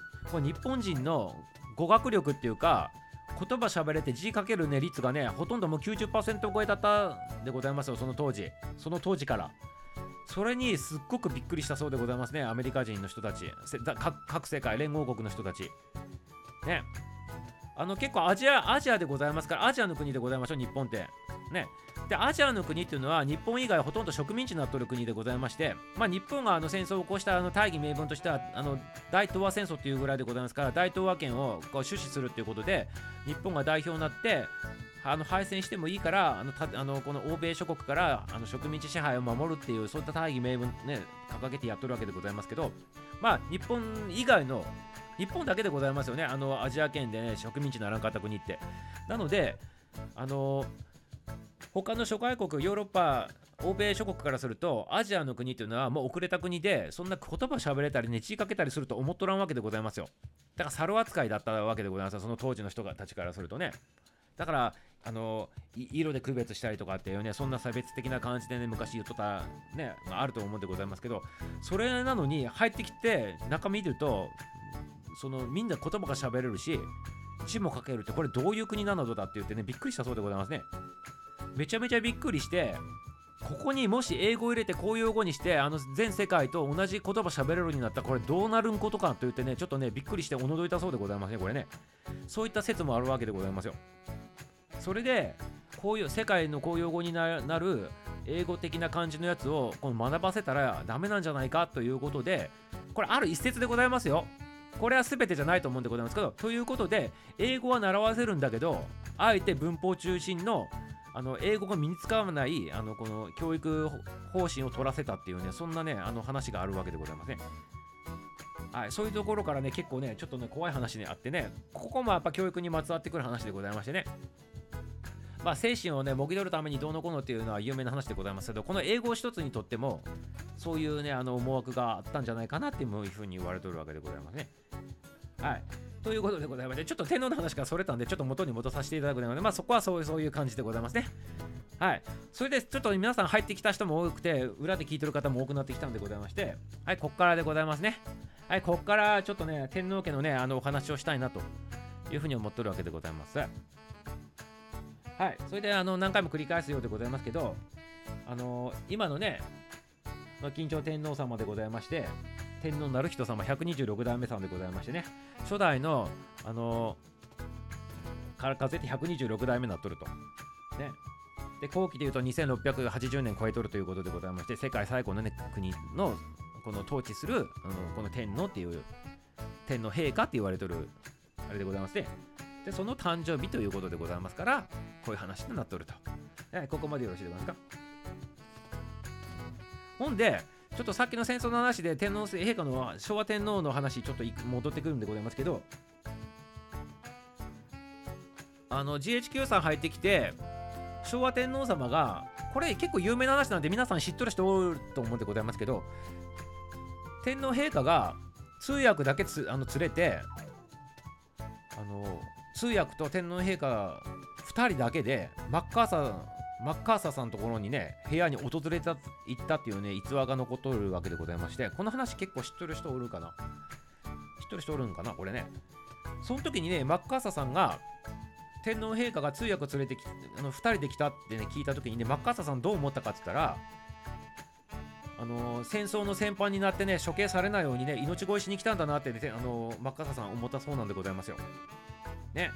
語学力っていうか、言葉喋れて字書けるね率がね、ほとんどもう 90% 超えだったでございますよ。その当時から。それにすっごくびっくりしたそうでございますね。アメリカ人の人たち、各世界連合国の人たちね。結構アジアでございますから、アジアの国でございましょう日本ってね。でアジアの国っていうのは日本以外ほとんど植民地になっとる国でございまして、日本が戦争を起こした大義名分としては大東亜戦争っていうぐらいでございますから、大東亜圏を主視するっていうことで、日本が代表になって敗戦してもいいからこの欧米諸国から植民地支配を守るっていう、そういった大義名分ね掲げてやっとるわけでございますけど、日本以外の日本だけでございますよね。アジア圏でね植民地にならんかった国って。なので他の諸外国、ヨーロッパ、欧米諸国からすると、アジアの国っていうのはもう遅れた国で、そんな言葉喋れたりね、血かけたりすると思っとらんわけでございますよ。だから猿扱いだったわけでございますよ、その当時の人たちからするとね。だから色で区別したりとかっていうね、そんな差別的な感じでね昔言っとったね、あると思うんでございますけど、それなのに入ってきて中身見ると、みんな言葉が喋れるし字も書けるって、これどういう国なのだって言ってね、びっくりしたそうでございますね。めちゃめちゃびっくりして、ここにもし英語を入れて公用語にして全世界と同じ言葉喋れるようになったら、これどうなるんことかと言ってね、ちょっとねびっくりしておのどいたそうでございますね。これね、そういった説もあるわけでございますよ。それで世界の公用語になる英語的な感じのやつを学ばせたらダメなんじゃないかということで、これある一説でございますよ。これは全てじゃないと思うんでございますけど、ということで英語は習わせるんだけど、あえて文法中心の英語が身につかわないこの教育方針を取らせたっていうね、そんなね話があるわけでございますね。はい、そういうところからね結構ねちょっとね怖い話にあってね、ここもやっぱ教育にまつわってくる話でございましてね。精神をねもぎ取るためにどうのこうのっていうのは有名な話でございますけど、この英語一つにとってもそういうね思惑があったんじゃないかなっていうふうに言われておるわけでございますね。はい。 ということでございまして、ちょっと天皇の話からそれたんで、ちょっと元に戻させていただくので、そこはそういう感じでございますね。はい。それで、ちょっと皆さん入ってきた人も多くて、裏で聞いてる方も多くなってきたんでございまして、はい、こっからでございますね。はい、こっからちょっとね、天皇家のね、お話をしたいなというふうに思ってるわけでございます。はい。それで、何回も繰り返すようでございますけど、今のね、緊張天皇様でございまして、天皇成人様126代目さんでございましてね、初代のから数えて126代目になっとると。ね。で、後期でいうと2680年超えとるということでございまして、世界最古の、ね、国のこの統治するこの天皇っていう天皇陛下って言われとるあれでございまして、でその誕生日ということでございますから、こういう話になっとると。ここまでよろしいでございますか。ほんで、ちょっとさっきの戦争の話で天皇陛下の昭和天皇の話ちょっと戻ってくるんでございますけど、GHQ さん入ってきて、昭和天皇様が、これ結構有名な話なんで皆さん知っとる人おると思うんでございますけど、天皇陛下が通訳だけ連れて、通訳と天皇陛下2人だけでマッカーサーさんのところにね、部屋に訪れた行ったっていうね、逸話が残っとるわけでございまして、この話結構知っとる人おるかな、知っとる人おるんかな、これね。その時にね、マッカーサーさんが天皇陛下が通訳連れてきて2人で来たってね聞いた時にね、マッカーサーさんどう思ったかって言ったら、戦争の戦犯になってね、処刑されないようにね、命乞いしに来たんだなってね、マッカーサーさん思ったそうなんでございますよね。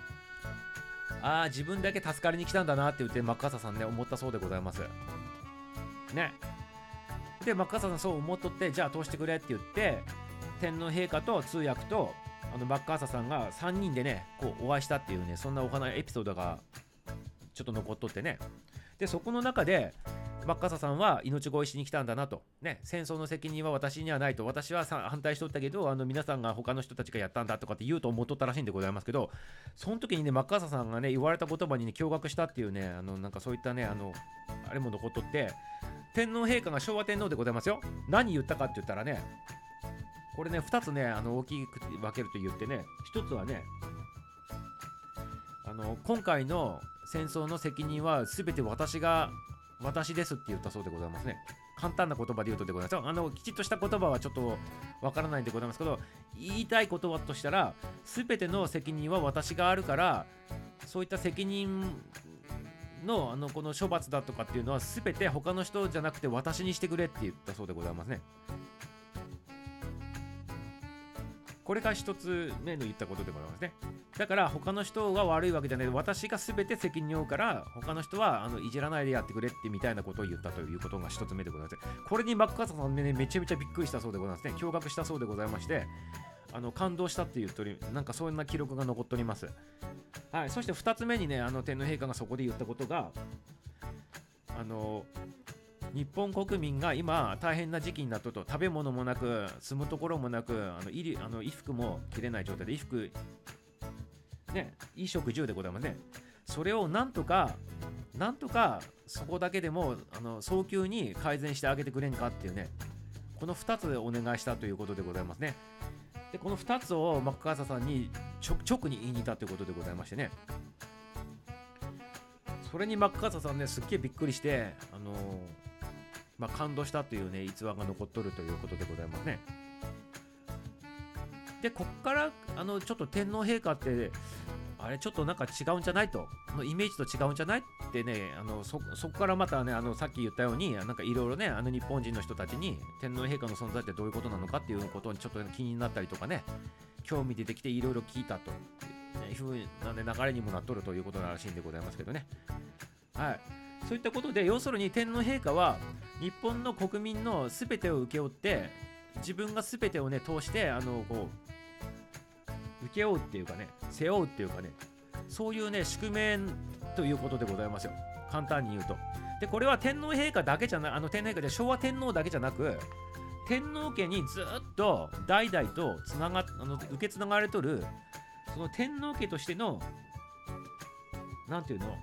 自分だけ助かりに来たんだなって言ってマッカーサーさんね思ったそうでございますね。でマッカーサーさんそう思っとって、じゃあ通してくれって言って天皇陛下と通訳とマッカーサーさんが3人でねこうお会いしたっていうね、そんなお話エピソードがちょっと残っとってね。でそこの中でマッカーサーさんは命乞いしに来たんだなと、ね、戦争の責任は私にはないと、私は反対しとったけど皆さんが他の人たちがやったんだとかって言うと思っとったらしいんでございますけど、その時にねマッカーサーさんがね言われた言葉にね驚愕したっていうね、なんかそういったねあれも残っとって、天皇陛下が昭和天皇でございますよ、何言ったかって言ったらね、これね2つね大きく分けると言ってね、1つはね今回の戦争の責任は全て私ですって言ったそうでございますね。簡単な言葉で言うとでございますよ。きちっとした言葉はちょっとわからないんでございますけど、言いたい言葉としたら、全ての責任は私があるから、そういった責任のこの処罰だとかっていうのは全て他の人じゃなくて私にしてくれって言ったそうでございますね。これが一つ目の言ったことでございますね。だから他の人が悪いわけじゃない、私が全て責任を負うから他の人はいじらないでやってくれってみたいなことを言ったということが一つ目でございます。これにマッカーサーさんねめちゃめちゃびっくりしたそうでございますね。驚愕したそうでございまして、感動したっていうとり、なんかそんな記録が残っております。はい。そして2つ目にね天皇陛下がそこで言ったことが、日本国民が今大変な時期になったと、食べ物もなく住むところもなく衣服も着れない状態で、衣食住でございますね。それをなんとかそこだけでも早急に改善してあげてくれんかっていうね、この2つお願いしたということでございますね。でこの2つをマッカーサーさんに直に言いに行ったということでございましてね、それにマッカーサーさんねすっげえびっくりして、感動したというね逸話が残っとるということでございますね。でこっからちょっと天皇陛下ってあれちょっとなんか違うんじゃないと、イメージと違うんじゃないってね、そこからまたねさっき言ったようになんかいろいろね日本人の人たちに天皇陛下の存在ってどういうことなのかっていうことにちょっと気になったりとかね、興味出てきていろいろ聞いたというふうな、ね、流れにもなっとるということらしいんでございますけどね。はい。そういったことで要するに天皇陛下は日本の国民の全てを請け負って、自分が全てをね通してこう請け負うっていうかね、背負うっていうかね、そういうね宿命ということでございますよ、簡単に言うと。でこれは天皇陛下だけじゃない、天皇陛下で昭和天皇だけじゃなく、天皇家にずっと代々と受け継がれとるその天皇家としてのなんていうの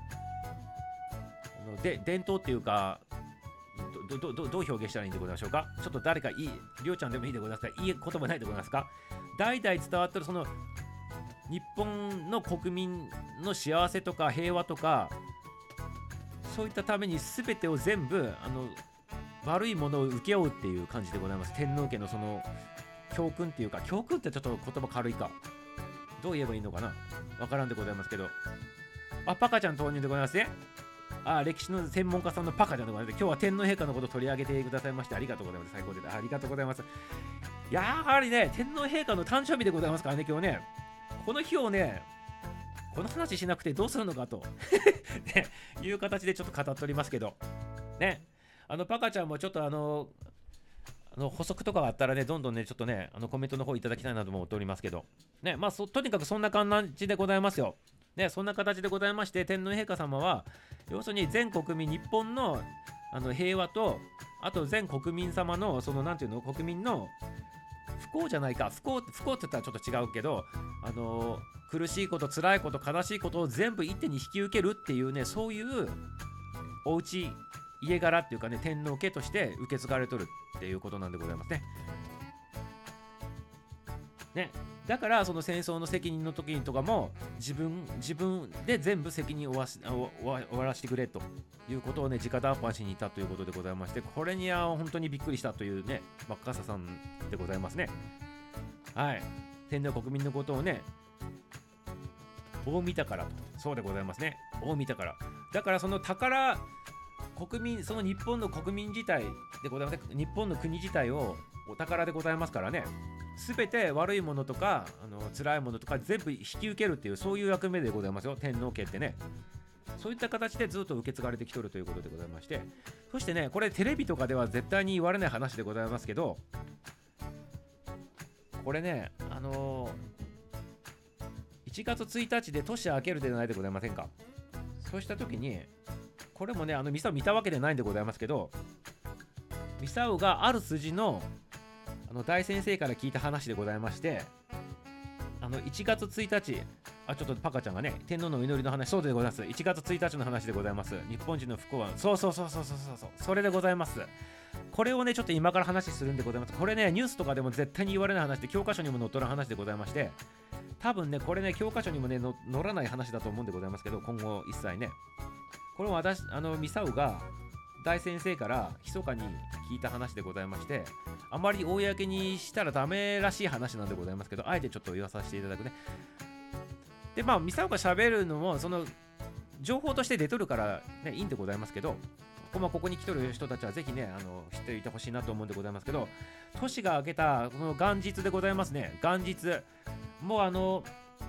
伝統っていうか、どう表現したらいいんでございましょうか。ちょっと誰かりょうちゃんでもいいでございますか、いい言葉ないでございますか。代々伝わってるその日本の国民の幸せとか平和とか、そういったために全てを全部悪いものを請け負うっていう感じでございます。天皇家のその教訓っていうか、教訓ってちょっと言葉軽いか、どう言えばいいのかな、わからんでございますけど、パカちゃん投入でございますね。歴史の専門家さんのパカちゃんでございます。今日は天皇陛下のことを取り上げてくださいましてありがとうございます。最高でありがとうございます。やはりね、天皇陛下の誕生日でございますからね、今日ね。この日をね、この話しなくてどうするのかと、ね、いう形でちょっと語っておりますけど、ね、パカちゃんもちょっと補足とかがあったらね、どんどんね、ちょっとね、コメントの方いただきたいなと思っておりますけど、ね、とにかくそんな感じでございますよ。ね、そんな形でございまして、天皇陛下様は、要するに全国民、日本の平和と、あと全国民様の、なんていうの、国民の不幸じゃないか、不幸って言ったらちょっと違うけど、苦しいこと、辛いこと、悲しいことを全部一手に引き受けるっていうね、そういうお家柄っていうかね、天皇家として受け継がれとるっていうことなんでございますね。ね、だからその戦争の責任の時にとかも自分で全部責任を終わらせてくれということをね、直談判しに行ったということでございまして、これには本当にびっくりしたというね、マッカーサーさんでございますね。はい、天皇国民のことをね、大見たからと、そうでございますね。大見たから、だからその宝国民、その日本の国民自体でございます。日本の国自体をお宝でございますからね。すべて悪いものとか辛いものとか全部引き受けるっていう、そういう役目でございますよ、天皇家ってね。そういった形でずっと受け継がれてきとるということでございまして、そしてね、これテレビとかでは絶対に言われない話でございますけど、これね、1月1日で年明けるではないでございませんか。そうした時に、これもね、ミサオ見たわけでないんでございますけど、ミサオがある筋の大先生から聞いた話でございまして、1月1日、ちょっとパカちゃんがね、天皇のお祈りの話、そうでございます。1月1日の話でございます。日本人の不幸は、そう、それでございます。これをね、ちょっと今から話するんでございます。これね、ニュースとかでも絶対に言われない話で、教科書にも載っとる話でございまして、多分ね、これね、教科書にもね、載らない話だと思うんでございますけど、今後一切ね。これはミサオが大先生から密かに聞いた話でございまして、あまり公にしたらダメらしい話なんでございますけど、あえてちょっと言わさせていただくね。で、ミサオが喋るのも、その情報として出とるからね、いいんでございますけど、ここに来とる人たちはぜひね、知っていてほしいなと思うんでございますけど、年が明けたこの元日でございますね。元日、もう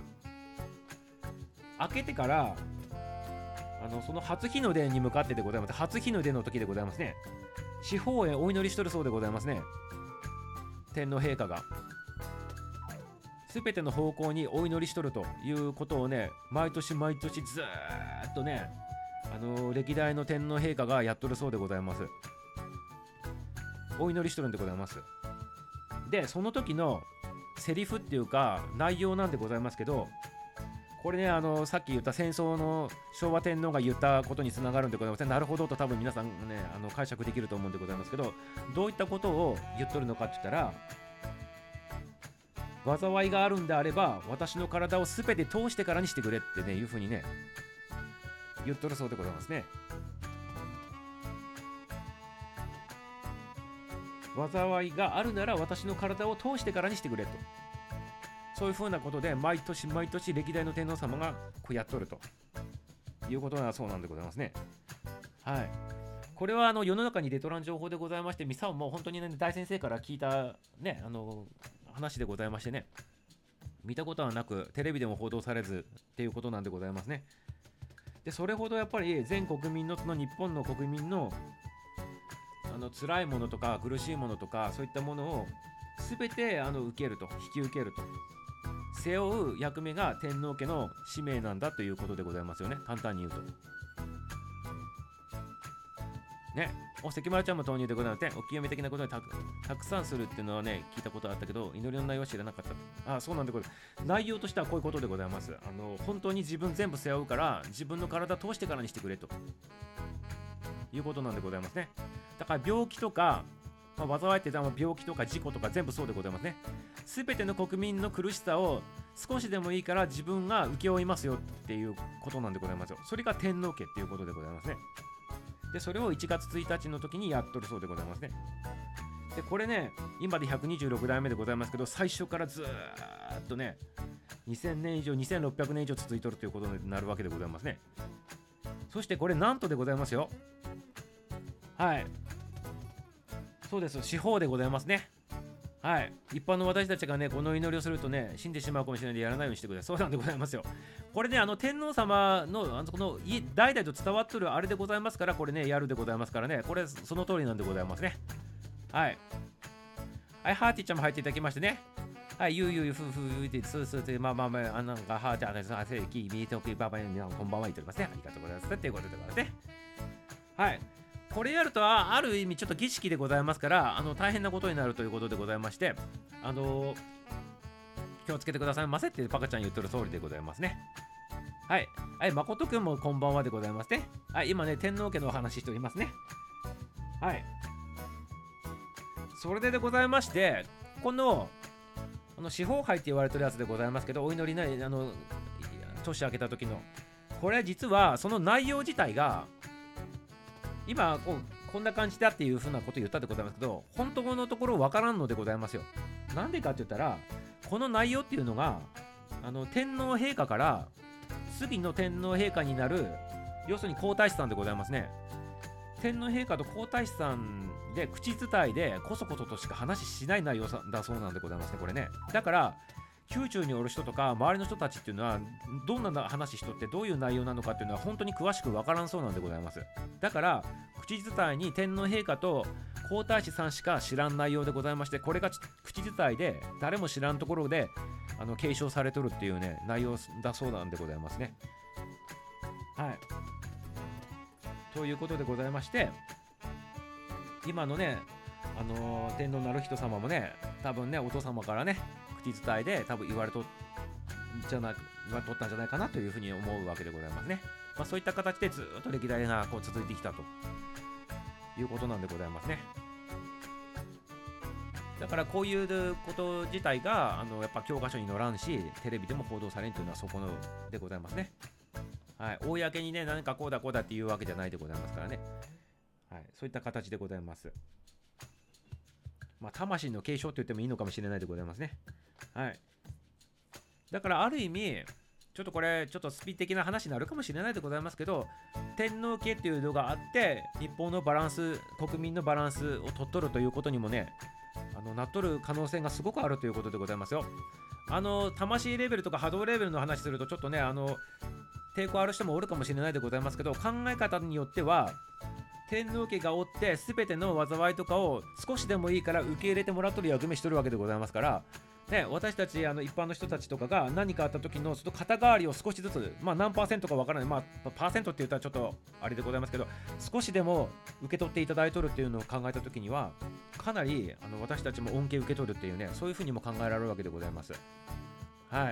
明けてからその初日の出に向かってでございます。初日の出の時でございますね。四方へお祈りしとるそうでございますね。天皇陛下がすべての方向にお祈りしとるということをね、毎年ずーっとね、歴代の天皇陛下がやっとるそうでございます。お祈りしとるんでございます。で、その時のセリフっていうか内容なんでございますけど、これね、さっき言った戦争の昭和天皇が言ったことにつながるんでございますね。なるほどと多分皆さんね、解釈できると思うんでございますけど、どういったことを言っとるのかって言ったら、災いがあるんであれば私の体をすべて通してからにしてくれってね、いうふうにね、言っとるそうでございますね。災いがあるなら私の体を通してからにしてくれと、そういうふうなことで毎年歴代の天皇様がこうやっとるということなそうなんでございますね。はい、これは世の中に出とらん情報でございまして、ミサオも本当にね、大先生から聞いたね、話でございましてね、見たことはなくテレビでも報道されずっていうことなんでございますね。で、それほどやっぱり全国民の、その日本の国民の辛いものとか苦しいものとか、そういったものを全て受けると、引き受けると、背負う役目が天皇家の使命なんだということでございますよね。簡単に言うとね。関丸ちゃんも投入でございまして、お清め的なことにたくさんするっていうのはね、聞いたことあったけど、祈りの内容は知らなかった。そうなんでございます。内容としてはこういうことでございます。本当に自分全部背負うから自分の体通してからにしてくれということなんでございますね。だから病気とか、災いって病気とか事故とか全部そうでございますね。すべての国民の苦しさを少しでもいいから自分が請け負いますよっていうことなんでございますよ。それが天皇家っていうことでございますね。でそれを1月1日の時にやっとるそうでございますね。でこれね、今で126代目でございますけど、最初からずーっとね2000年以上2600年以上続いとるということになるわけでございますね。そしてこれなんとでございますよ。はい、そうです、司法でございますね。はい、一般の私たちがねこの祈りをするとね死んでしまうかもしれないのでやらないようにしてください。そうなんでございますよ。これね天皇様のこの代々と伝わっとるあれでございますから、これねやるでございますからね、これその通りなんでございますね。はいはい、ハーティちゃんも入っていただきましてね。はい、ゆうゆうふうふうってスースーってまあまあまあなんかハーティあのせきみときばばにこんばんは言っておりますね。ありがとうございますっていうことでございますね。はい、これやるとある意味ちょっと儀式でございますから大変なことになるということでございまして、気をつけてくださいませってパカちゃん言ってる通りでございますね。はい、はい、誠くんもこんばんはでございますね。はい、今ね天皇家のお話ししておりますね。はい、それでございまして、この司法杯って言われてるやつでございますけど、お祈りね年明けた時のこれ実はその内容自体が今こんな感じだっていうふうなこと言ったでございますけど、本当のところわからんのでございますよ。なんでかって言ったら、この内容っていうのが天皇陛下から次の天皇陛下になる要するに皇太子さんでございますね。天皇陛下と皇太子さんで口伝いでこそこそとしか話しない内容だそうなんでございますね、これね。だから宮中におる人とか周りの人たちっていうのはどんな話しとってどういう内容なのかっていうのは本当に詳しくわからんそうなんでございます。だから口伝いに天皇陛下と皇太子さんしか知らん内容でございまして、これが口伝いで誰も知らんところで継承されとるっていうね内容だそうなんでございますね。はい、ということでございまして、今のね天皇成人様もね多分ねお父様からね口伝いで多分言われとったんじゃないかなというふうに思うわけでございますね。まあ、そういった形でずっと歴代が続いてきたということなんでございますね。だからこういうこと自体がやっぱ教科書に載らんしテレビでも報道されんというのはそこのでございますね。はい、公にね何かこうだこうだっていうわけじゃないでございますからね。はい、そういった形でございます。まあ魂の継承と言ってもいいのかもしれないでございますね。はい、だからある意味ちょっとこれちょっとスピ的な話になるかもしれないでございますけど、天皇家っていうのがあって日本のバランス国民のバランスを取っとるということにもねなっとる可能性がすごくあるということでございますよ。魂レベルとか波動レベルの話するとちょっとね抵抗ある人もおるかもしれないでございますけど、考え方によっては天皇家がおって全ての災いとかを少しでもいいから受け入れてもらっとる役目しとるわけでございますから、ね、私たち一般の人たちとかが何かあった時のちょっと肩代わりを少しずつ、まあ何パーセントかわからない、まあパーセントって言ったらちょっとあれでございますけど、少しでも受け取っていただいとるっていうのを考えた時にはかなり私たちも恩恵受け取るっていうね、そういうふうにも考えられるわけでございます。はい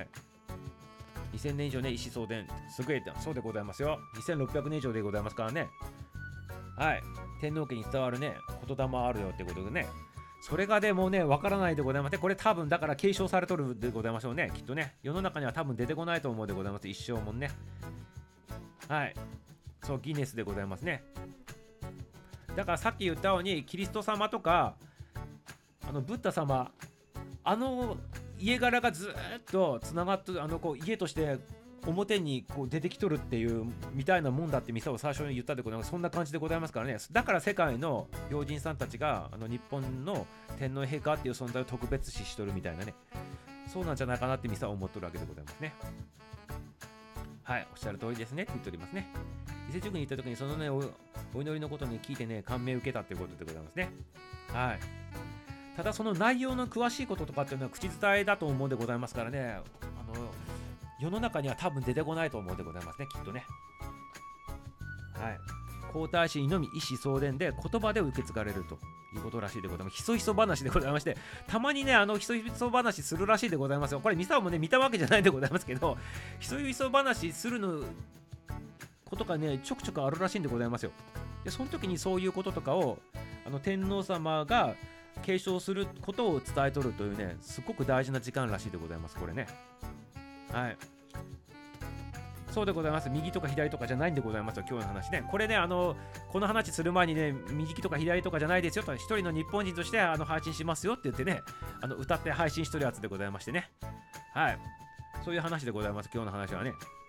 、2000年以上ね、石送電優れたそうでございますよ。2600年以上でございますからね。はい、天皇家に伝わるね言霊あるよってことでね、それがでもねわからないでございますね。これ多分だから継承されとるでございましょうね、きっとね。世の中には多分出てこないと思うでございます、一生もね。はい、そうギネスでございますね。だからさっき言ったようにキリスト様とかブッダ様家柄がずっとつながって家として表に出てきとるっていうみたいなもんだってミサを最初に言ったでございます。そんな感じでございますからね。だから世界の要人さんたちが日本の天皇陛下っていう存在を特別視しとるみたいなね、そうなんじゃないかなってミサは思っとるわけでございますね。はい、おっしゃる通りですねって言っておりますね。伊勢塾に行った時にそのね お祈りのことに聞いてね感銘を受けたということでございますね。はい、ただその内容の詳しいこととかっていうのは口伝えだと思うんでございますからね、世の中には多分出てこないと思うんでございますね、きっとね。はい、皇太子のみ意思相伝で言葉で受け継がれるということらしいでございます。ひそひそ話でございまして、たまにねひそひそ話するらしいでございますよ。これミサオもね見たわけじゃないでございますけど、ひそひそ話するのことがねちょくちょくあるらしいんでございますよ。でその時にそういうこととかを天皇様が継承することを伝えとるというね、すごく大事な時間らしいでございます、これね。 はい。そうでございます。右とか左とかじゃないんでございますよ、今日の話ね。これね、この話する前にね、右とか左とかじゃないですよと、一人の日本人として配信しますよって言ってね、歌って配信してるやつでございましてね。はい。そういう話でございます、今日の話はね。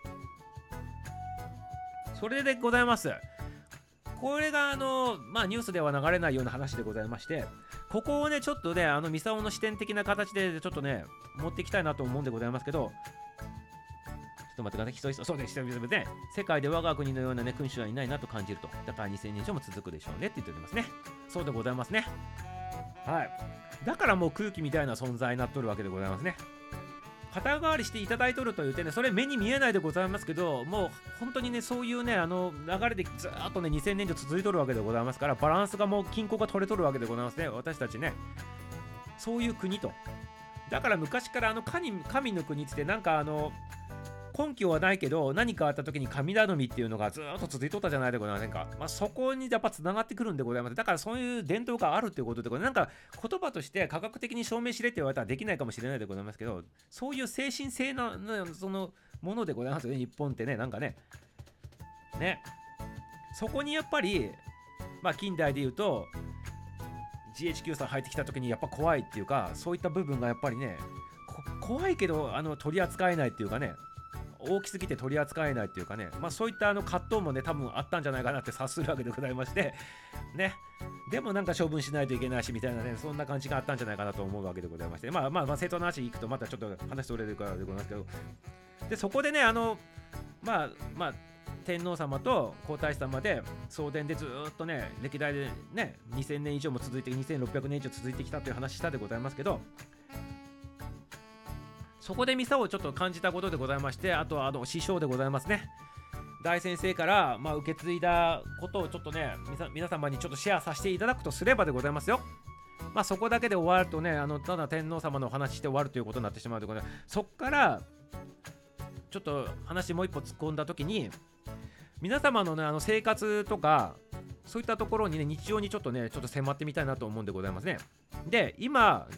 それでございます。これがニュースでは流れないような話でございまして、ここをね、ちょっとね、ミサオの視点的な形でちょっとね、持っていきたいなと思うんでございますけど、ちょっと待ってください。そうです。ね、世界で我が国のようなね、君主はいないなと感じると。だから2000年以上も続くでしょうねって言っておりますね。そうでございますね。はい。だからもう空気みたいな存在になっとるわけでございますね。肩代わりしていただいとるという点で、それ目に見えないでございますけど、もう本当にね、そういうね、流れでずっとね、2000年以上続いとるわけでございますから、バランスがもう均衡が取れとるわけでございますね。私たちね、そういう国と。だから昔から神の国ってなんか根拠はないけど何かあった時に神頼みっていうのがずっと続いとったじゃないでございませんか。そこにやっぱつながってくるんでございます。だからそういう伝統があるっていうことで、なんか言葉として科学的に証明しれって言われたらできないかもしれないでございますけど、そういう精神性のそのものでございますよね、日本ってね。なんかね、そこにやっぱり近代で言うと GHQ さん入ってきた時にやっぱ怖いっていうか、そういった部分がやっぱりね、怖いけど取り扱えないっていうかね、大きすぎて取り扱えないっていうかね、そういった葛藤もね、多分あったんじゃないかなって察するわけでございましてね。でもなんか処分しないといけないしみたいなね、そんな感じがあったんじゃないかなと思うわけでございまして、正当な話に行くとまたちょっと話それるからでございますけど、でそこでね、天皇様と皇太子様で送電でずっとね、歴代でね、2000年以上も続いて、2600年以上続いてきたという話したでございますけど、そこでミサをちょっと感じたことでございまして、あとは師匠でございますね、大先生から受け継いだことをちょっとね、皆様にちょっとシェアさせていただくとすればでございますよ。そこだけで終わるとね、ただ天皇様のお話して終わるということになってしまうということで、そこからちょっと話もう一歩突っ込んだときに、皆様のね、生活とかそういったところにね、日常にちょっと迫ってみたいなと思うんでございますね。で、今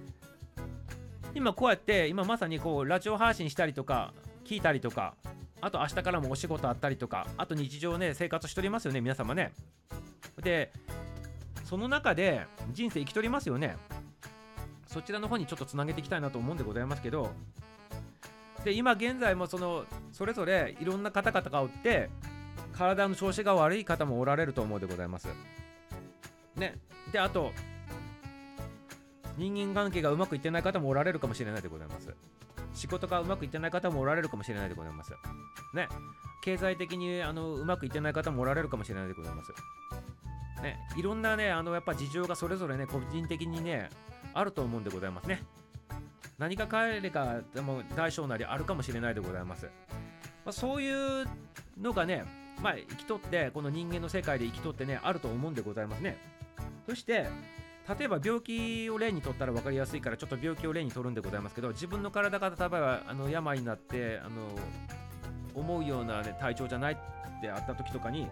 こうやって今まさにこうラジオ配信したりとか聞いたりとか、あと明日からもお仕事あったりとか、あと日常ね、生活しておりますよね、皆様ね。でその中で人生生きとりますよね。そちらの方にちょっとつなげていきたいなと思うんでございますけど、で今現在もそれぞれいろんな方々がおって、体の調子が悪い方もおられると思うでございますね。であと人間関係がうまくいってない方もおられるかもしれないでございます。仕事がうまくいってない方もおられるかもしれないでございますね。経済的にうまくいってない方もおられるかもしれないでございますね。いろんなね、やっぱ事情がそれぞれね、個人的にねあると思うんでございますね。何か彼かでも大小なりあるかもしれないでございます。そういうのがね、生きとって、この人間の世界で生きとってね、あると思うんでございますね。そして例えば病気を例にとったら分かりやすいから、ちょっと病気を例にとるんでございますけど、自分の体が例えば病になって思うような、ね、体調じゃないってあった時とかに、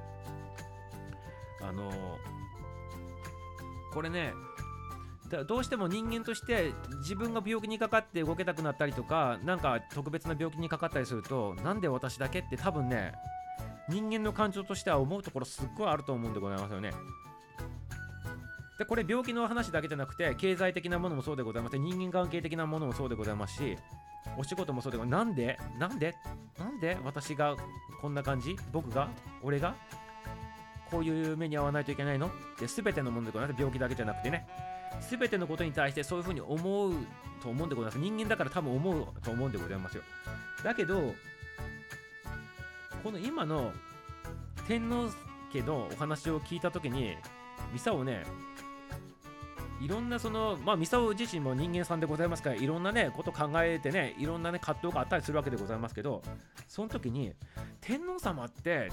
これね、どうしても人間として自分が病気にかかって動けなくなったりとか、なんか特別な病気にかかったりすると、なんで私だけって多分ね、人間の感情としては思うところすっごいあると思うんでございますよね。でこれ病気の話だけじゃなくて、経済的なものもそうでございますし、人間関係的なものもそうでございますし、お仕事もそうでございます。なんで私がこんな感じ、俺がこういう目に遭わないといけないのって、全てのものでございます。病気だけじゃなくてね、全てのことに対してそういうふうに思うと思うんでございます。人間だから多分思うと思うんでございますよ。だけどこの今の天皇家のお話を聞いたときに、ミサをね、いろんなミサオ自身も人間さんでございますから、いろんなねこと考えてね、いろんなね葛藤があったりするわけでございますけど、その時に天皇様って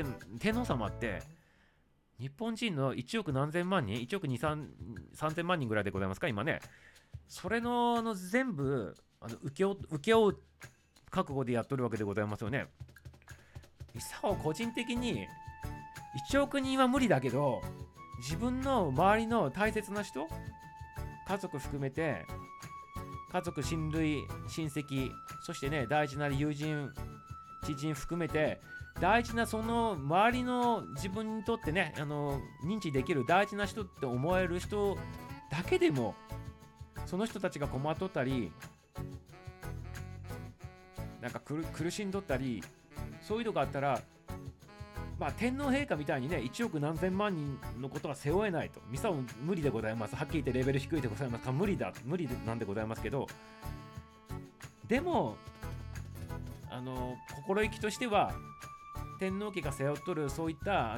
日本人の1億何千万人、1億3000万人ぐらいでございますか今ね。それの全部請け負う覚悟でやっとるわけでございますよね。ミサオ個人的に1億人は無理だけど、自分の周りの大切な人、家族含めて家族、親類、親戚、そしてね、大事な友人、知人含めて、大事なその周りの自分にとってね、認知できる大事な人って思える人だけでも、その人たちが困っとったり、なんか苦しんどったり、そういうのがあったら、天皇陛下みたいにね、1億何千万人のことは背負えないと。ミサオ無理でございます。はっきり言ってレベル低いでございますか。無理なんでございますけど、でも、心意気としては、天皇家が背負っとるそういった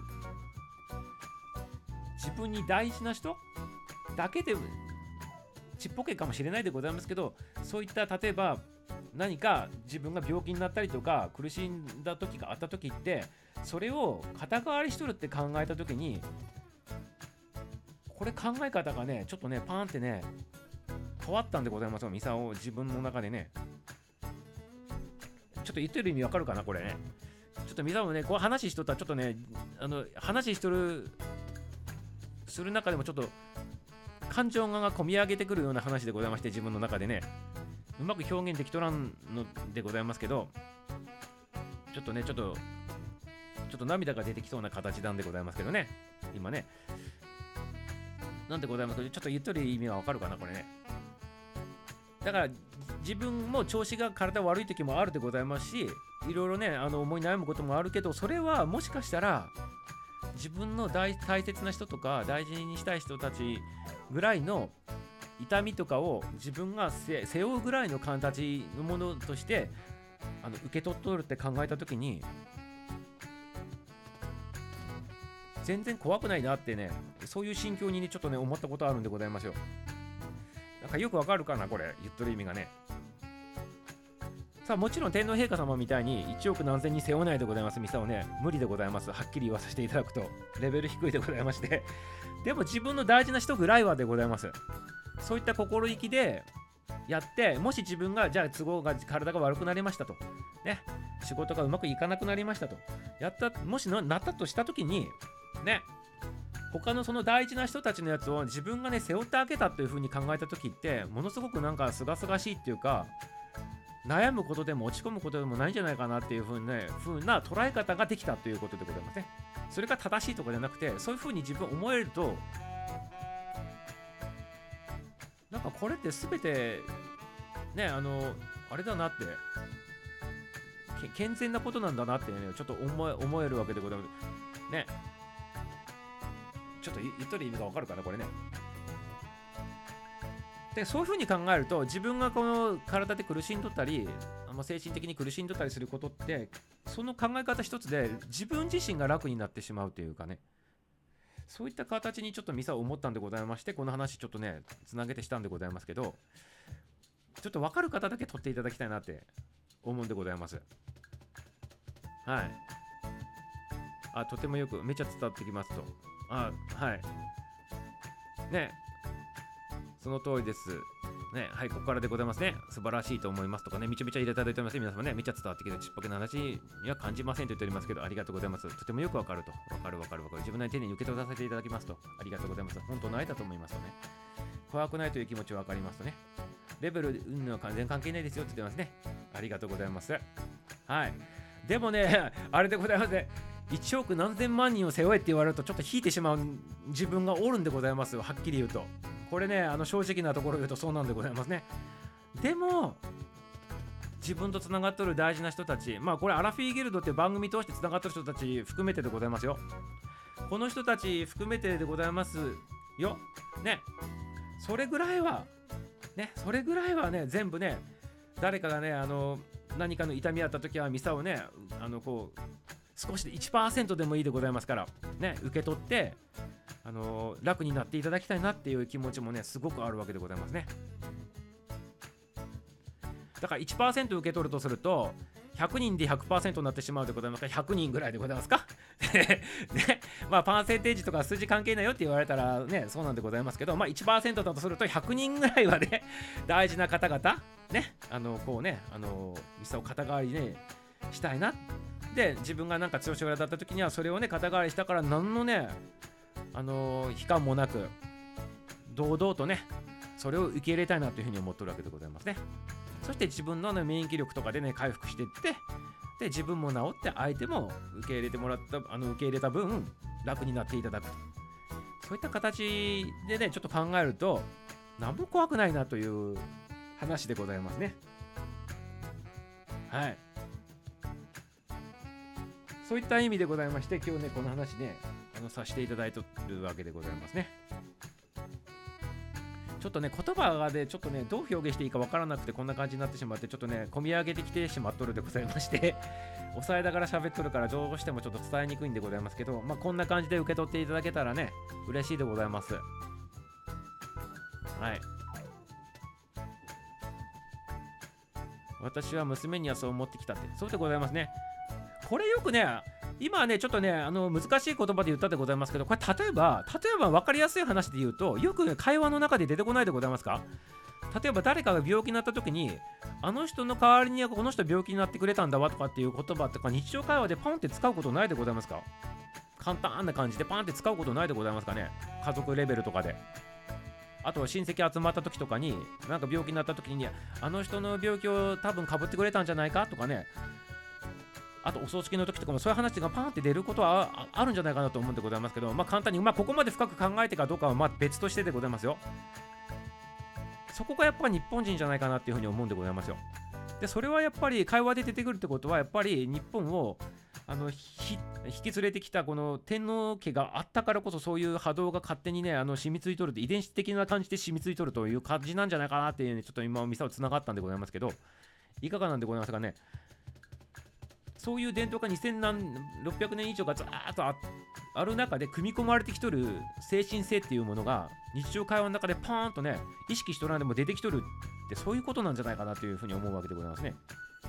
自分に大事な人だけでちっぽけかもしれないでございますけど、そういった例えば何か自分が病気になったりとか苦しんだ時があった時って、それを肩代わりしとるって考えた時に、これ考え方がねちょっとねパーンってね変わったんでございますよ、ミサオ自分の中でね。ちょっと言ってる意味わかるかなこれね。ちょっとミサオもねこう話しとったらちょっとね話しとるする中でもちょっと感情が込み上げてくるような話でございまして、自分の中でねうまく表現できとらんのでございますけど、ちょっと涙が出てきそうな形なんでございますけどね、今ね。なんでございますけど、ちょっと言っとる意味はわかるかなこれね。だから自分も調子が体悪い時もあるでございますし、いろいろね思い悩むこともあるけど、それはもしかしたら自分の大切な人とか大事にしたい人たちぐらいの痛みとかを自分が背負うぐらいの形のものとして受け取っとるって考えたときに、全然怖くないなってね、そういう心境にねちょっとね思ったことあるんでございますよ。なんかよくわかるかなこれ言っとる意味がね。さあもちろん天皇陛下様みたいに1億何千人背負えないでございます。ミサをね無理でございます。はっきり言わさせていただくとレベル低いでございまして、でも自分の大事な人ぐらいはでございます。そういった心意気でやって、もし自分がじゃあ都合が体が悪くなりましたとね、仕事がうまくいかなくなりましたともしなったとしたときにね、他のその大事な人たちのやつを自分がね背負ってあげたという風に考えたときって、ものすごくなんかすがすがしいっていうか、悩むことでも落ち込むことでもないんじゃないかなっていう風な捉え方ができたということでございますね。それが正しいとかじゃなくて、そういう風に自分思えると、なんかこれって全てねあれだなって、健全なことなんだなってねちょっと思えるわけでございますね。ちょっと言っとる意味がわかるかなこれね。でそういう風に考えると、自分がこの体で苦しんどったり精神的に苦しんどったりすることって、その考え方一つで自分自身が楽になってしまうというかね、そういった形にちょっとミサを思ったんでございまして、この話ちょっとねつなげてしたんでございますけど、ちょっと分かる方だけ取っていただきたいなって思うんでございます。はい。とてもよくめちゃ伝わってきますと。はいね、その通りですね。はい、ここからでございますね。素晴らしいと思いますとかね、めちゃめちゃ入れていただいておりますね。皆様ね、めちゃ伝わってきて、ちっぽけな話には感じませんと言っておりますけど、ありがとうございます。とてもよくわかると。わかる。自分なりに丁寧に受け取らせていただきますと。ありがとうございます。本当の愛だと思いますとね。怖くないという気持ちはわかりますとね。レベルの完全関係ないですよって言ってますね。ありがとうございます。はい。でもね、あれでございますね。1億何千万人を背負えって言われるとちょっと引いてしまう自分がおるんでございますよ。はっきり言うと。これね、正直なところ言うとそうなんでございますね。でも、自分とつながっとる大事な人たち、これアラフィーギルドって番組通してつながっとる人たち含めてでございますよ。この人たち含めてでございますよ。ね。それぐらいはね、全部ね、誰かがね、何かの痛みあった時はミサをね、こう、少しで 1% でもいいでございますからね、受け取って楽になっていただきたいなっていう気持ちもねすごくあるわけでございますね。だから 1% 受け取るとすると100人で 100% になってしまうでございますから、100人ぐらいでございますかね、パーセンテージとか数字関係ないよって言われたらねそうなんでございますけど、1% だとすると100人ぐらいはね大事な方々ねこうねミサを肩代わりねしたいな。で自分がなんか調子がだった時にはそれをね肩代わりしたから何のね悲観もなく堂々とねそれを受け入れたいなというふうに思ってるわけでございますね。そして自分の、ね、免疫力とかでね回復していって、で自分も治って相手も受け入れてもらった受け入れた分楽になっていただくと、そういった形でねちょっと考えると何も怖くないなという話でございますね。はい、そういった意味でございまして、今日ねこの話ねさせていただいてるわけでございますね。ちょっとね言葉でちょっとねどう表現していいかわからなくてこんな感じになってしまって、ちょっとね込み上げてきてしまっとるでございまして抑えながら喋っとるからどうしてもちょっと伝えにくいんでございますけど、まあこんな感じで受け取っていただけたらね嬉しいでございます。はい、私は娘にはそう思ってきたって、そうでございますね。これよくね今はねちょっとね難しい言葉で言ったでございますけど、これ例えば分かりやすい話で言うと、よく、ね、会話の中で出てこないでございますか。例えば誰かが病気になった時に、あの人の代わりにこの人病気になってくれたんだわとかっていう言葉とか日常会話でパンって使うことないでございますか。簡単な感じでパンって使うことないでございますかね、家族レベルとかで。あとは親戚集まった時とかになんか病気になった時に、あの人の病気を多分かぶってくれたんじゃないかとかね、あとお葬式の時とかもそういう話がパンって出ることは あるんじゃないかなと思うんでございますけど、まあ簡単に、まあここまで深く考えてかどうかはまあ別としてでございますよ。そこがやっぱり日本人じゃないかなっていうふうに思うんでございますよ。でそれはやっぱり会話で出てくるってことは、やっぱり日本を引き連れてきたこの天皇家があったからこそ、そういう波動が勝手にね染みついとるって、遺伝子的な感じで染みついとるという感じなんじゃないかなっていうね、ちょっと今ミサをつながったんでございますけど、いかがなんでございますかね。そういう伝統が2600年以上がずーっと ある中で組み込まれてきとる精神性っていうものが日常会話の中でパーンとね意識しとらんでも出てきとるって、そういうことなんじゃないかなというふうに思うわけでございますね。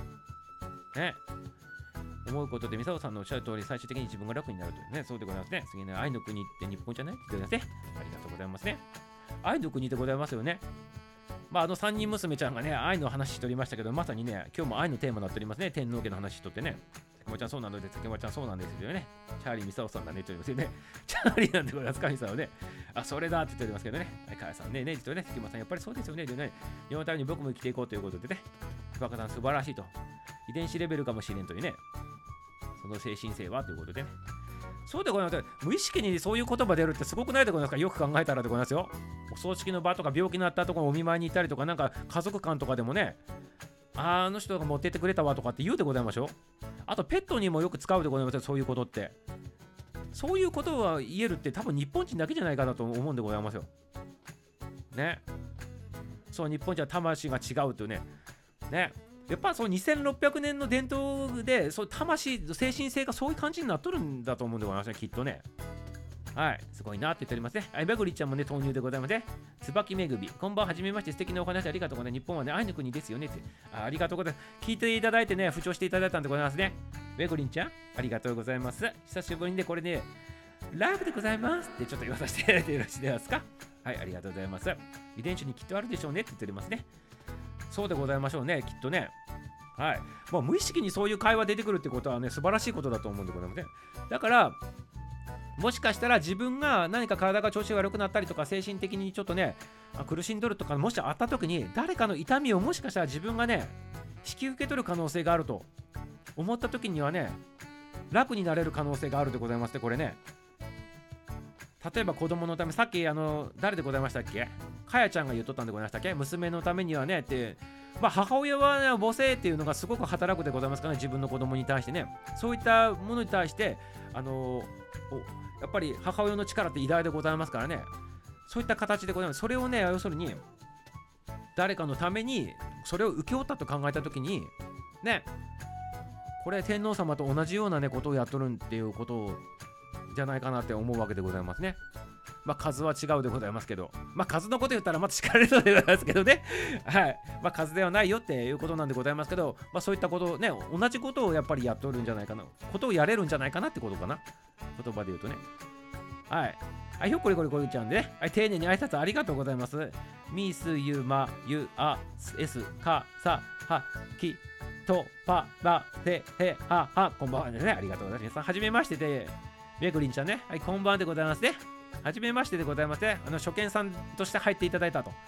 思うことでミサオさんのおっしゃる通り、最終的に自分が楽になるというね、そうでございますね。次ね、愛の国って日本じゃないって言ってますね。ありがとうございますね。愛の国でございますよね。まあ3人娘ちゃんがね愛の話しておりましたけど、まさにね今日も愛のテーマになっておりますね。天皇家の話しとってね、さきもちゃんそうなので、さきもちゃんそうなんですよね。チャーリーミサオさんがね言っておりますよね。チャーリーなんてございますか、ミサオね。あ、それだって言っておりますけどね。母さんね、ねじとね、さきもさんやっぱりそうですよね。でね、日本のために僕も生きていこうということでね、バカさん素晴らしいと。遺伝子レベルかもしれんというね、その精神性はということでね。そうでございます。無意識にそういう言葉出るってすごくないでございますか。よく考えたらでございますよ。お葬式の場とか病気になったところお見舞いに行ったりとか、なんか家族間とかでもね、あの人が持ってってくれたわとかって言うでございましょう。あとペットにもよく使うでございますよ、そういうことって。そういうことは言えるって多分日本人だけじゃないかなと思うんでございますよ。ね。そう、日本人は魂が違うというね。ね。やっぱそう2600年の伝統で、そう魂、精神性がそういう感じになっとるんだと思うんでございますね、きっとね。はい、すごいなって言っておりますね。はい、めぐりちゃんもね、投入でございますね。椿めぐみ、こんばんは、はじめまして、素敵なお話ありがとうございます。日本はね、愛の国ですよねって。ありがとうございます。聞いていただいてね、扶聴していただいたんでございますね。めぐりんちゃん、ありがとうございます。久しぶりにね、これね、ライブでございますってちょっと言わさせていただいてよろしいですか。はい、ありがとうございます。遺伝子にきっとあるでしょうねって言っておりますね。そうでございましょうね、きっとね。はい。もう無意識にそういう会話出てくるってことはね、素晴らしいことだと思うんでございますね。だから、もしかしたら自分が何か体が調子が悪くなったりとか、精神的にちょっとね、苦しんどるとか、もしあった時に、誰かの痛みをもしかしたら自分がね、引き受け取る可能性があると思った時にはね、楽になれる可能性があるでございますね、これね。例えば子供のため、さっき誰でございましたっけ、かやちゃんが言っとったんでございましたっけ、娘のためにはねって、まあ母親はね、母性っていうのがすごく働くでございますからね、自分の子供に対してね、そういったものに対してやっぱり母親の力って偉大でございますからね、そういった形でございます。それをね、要するに誰かのためにそれを請け負ったと考えたときにね、これ天皇様と同じようなねことをやっとるっていうことじゃないかなって思うわけでございますね。まあ数は違うでございますけど、まあ数のこと言ったらまた叱られそうでございますけどね。はい。まあ数ではないよっていうことなんでございますけど、まあそういったことをね、同じことをやっぱりやっとるんじゃないかな、ことをやれるんじゃないかなってことかな。言葉で言うとね。はい。はい、ひょっこりこりこりちゃんでね。はい、丁寧に挨拶ありがとうございます。ミスユマユアスカサハキトパラテヘハハ、こんばんはですね。ありがとうございます。皆さん、はじめましてで、めぐりんちゃんね。はい、こんばんはでございますね。はじめましてでございますね。初見さんとして入っていただいたと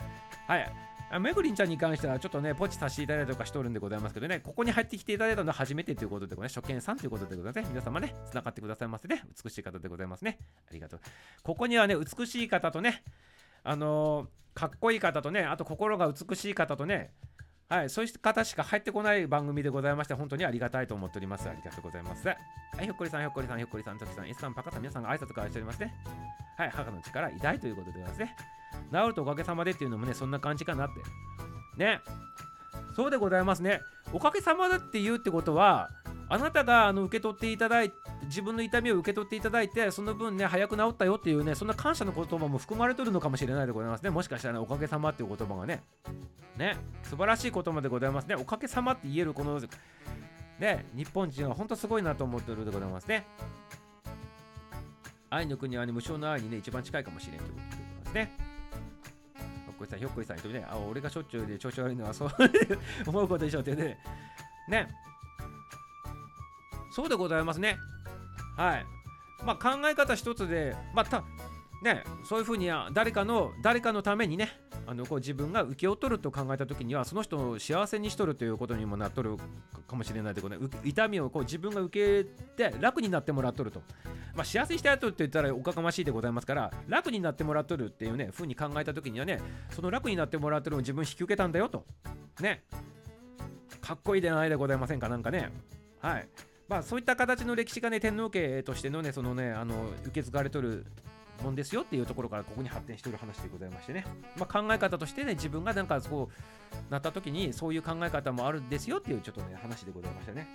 はい。めぐりんちゃんに関してはちょっとね、ポチさせていただいたりとかしておるんでございますけどね、ここに入ってきていただいたのは初めてということで、ね、初見さんということでございますね。皆様ね、つながってくださいませね。美しい方でございますね。ありがとう。ここにはね、美しい方とね、かっこいい方とね、あと心が美しい方とね、はい、そういう方しか入ってこない番組でございまして、本当にありがたいと思っております。ありがとうございます。はい、ひょっこりさん、ひょっこりさん、ひょっこりさん、ときさん、S さん、パカさん、皆さんが挨拶からしておりますね。はい、母の力、偉大ということでございますね。治るとおかげさまでっていうのもね、そんな感じかなって。ね。そうでございますね。おかげさまだって言うってことは、あなたが受け取っていただいて、自分の痛みを受け取っていただいて、その分ね、早く治ったよっていうね、そんな感謝の言葉も含まれてるのかもしれないでございますね。もしかしたらね、おかげさまっていう言葉がね、素晴らしい言葉でございますね。おかげさまって言えるこの、ね、日本人は本当すごいなと思ってるでございますね。愛の国はね、無償の愛にね、一番近いかもしれんということでございますね。ひょっこりさんとね、俺がしょっちゅうで調子悪いのはそう思うことでしょってね。ね。そうでございますね。はい。まあ考え方一つで、ね、そういうふうに誰かのためにね、こう自分が受け負っとると考えたときには、その人を幸せにしとるということにもなっとるかもしれないということで、痛みをこう自分が受けて楽になってもらっとると。幸せにしてやっとるって言ったらおかがましいでございますから、楽になってもらっとるっていうね、ふうに考えたときにはね、その楽になってもらってるのを自分引き受けたんだよと。ね。かっこいいでないでございませんか、なんかね。はい。そういった形の歴史がね、天皇家としてのね、そのね、受け継がれとるもんですよっていうところからここに発展している話でございましてね、考え方としてね、自分がなんかそうなった時にそういう考え方もあるんですよっていうちょっとね、話でございましたね。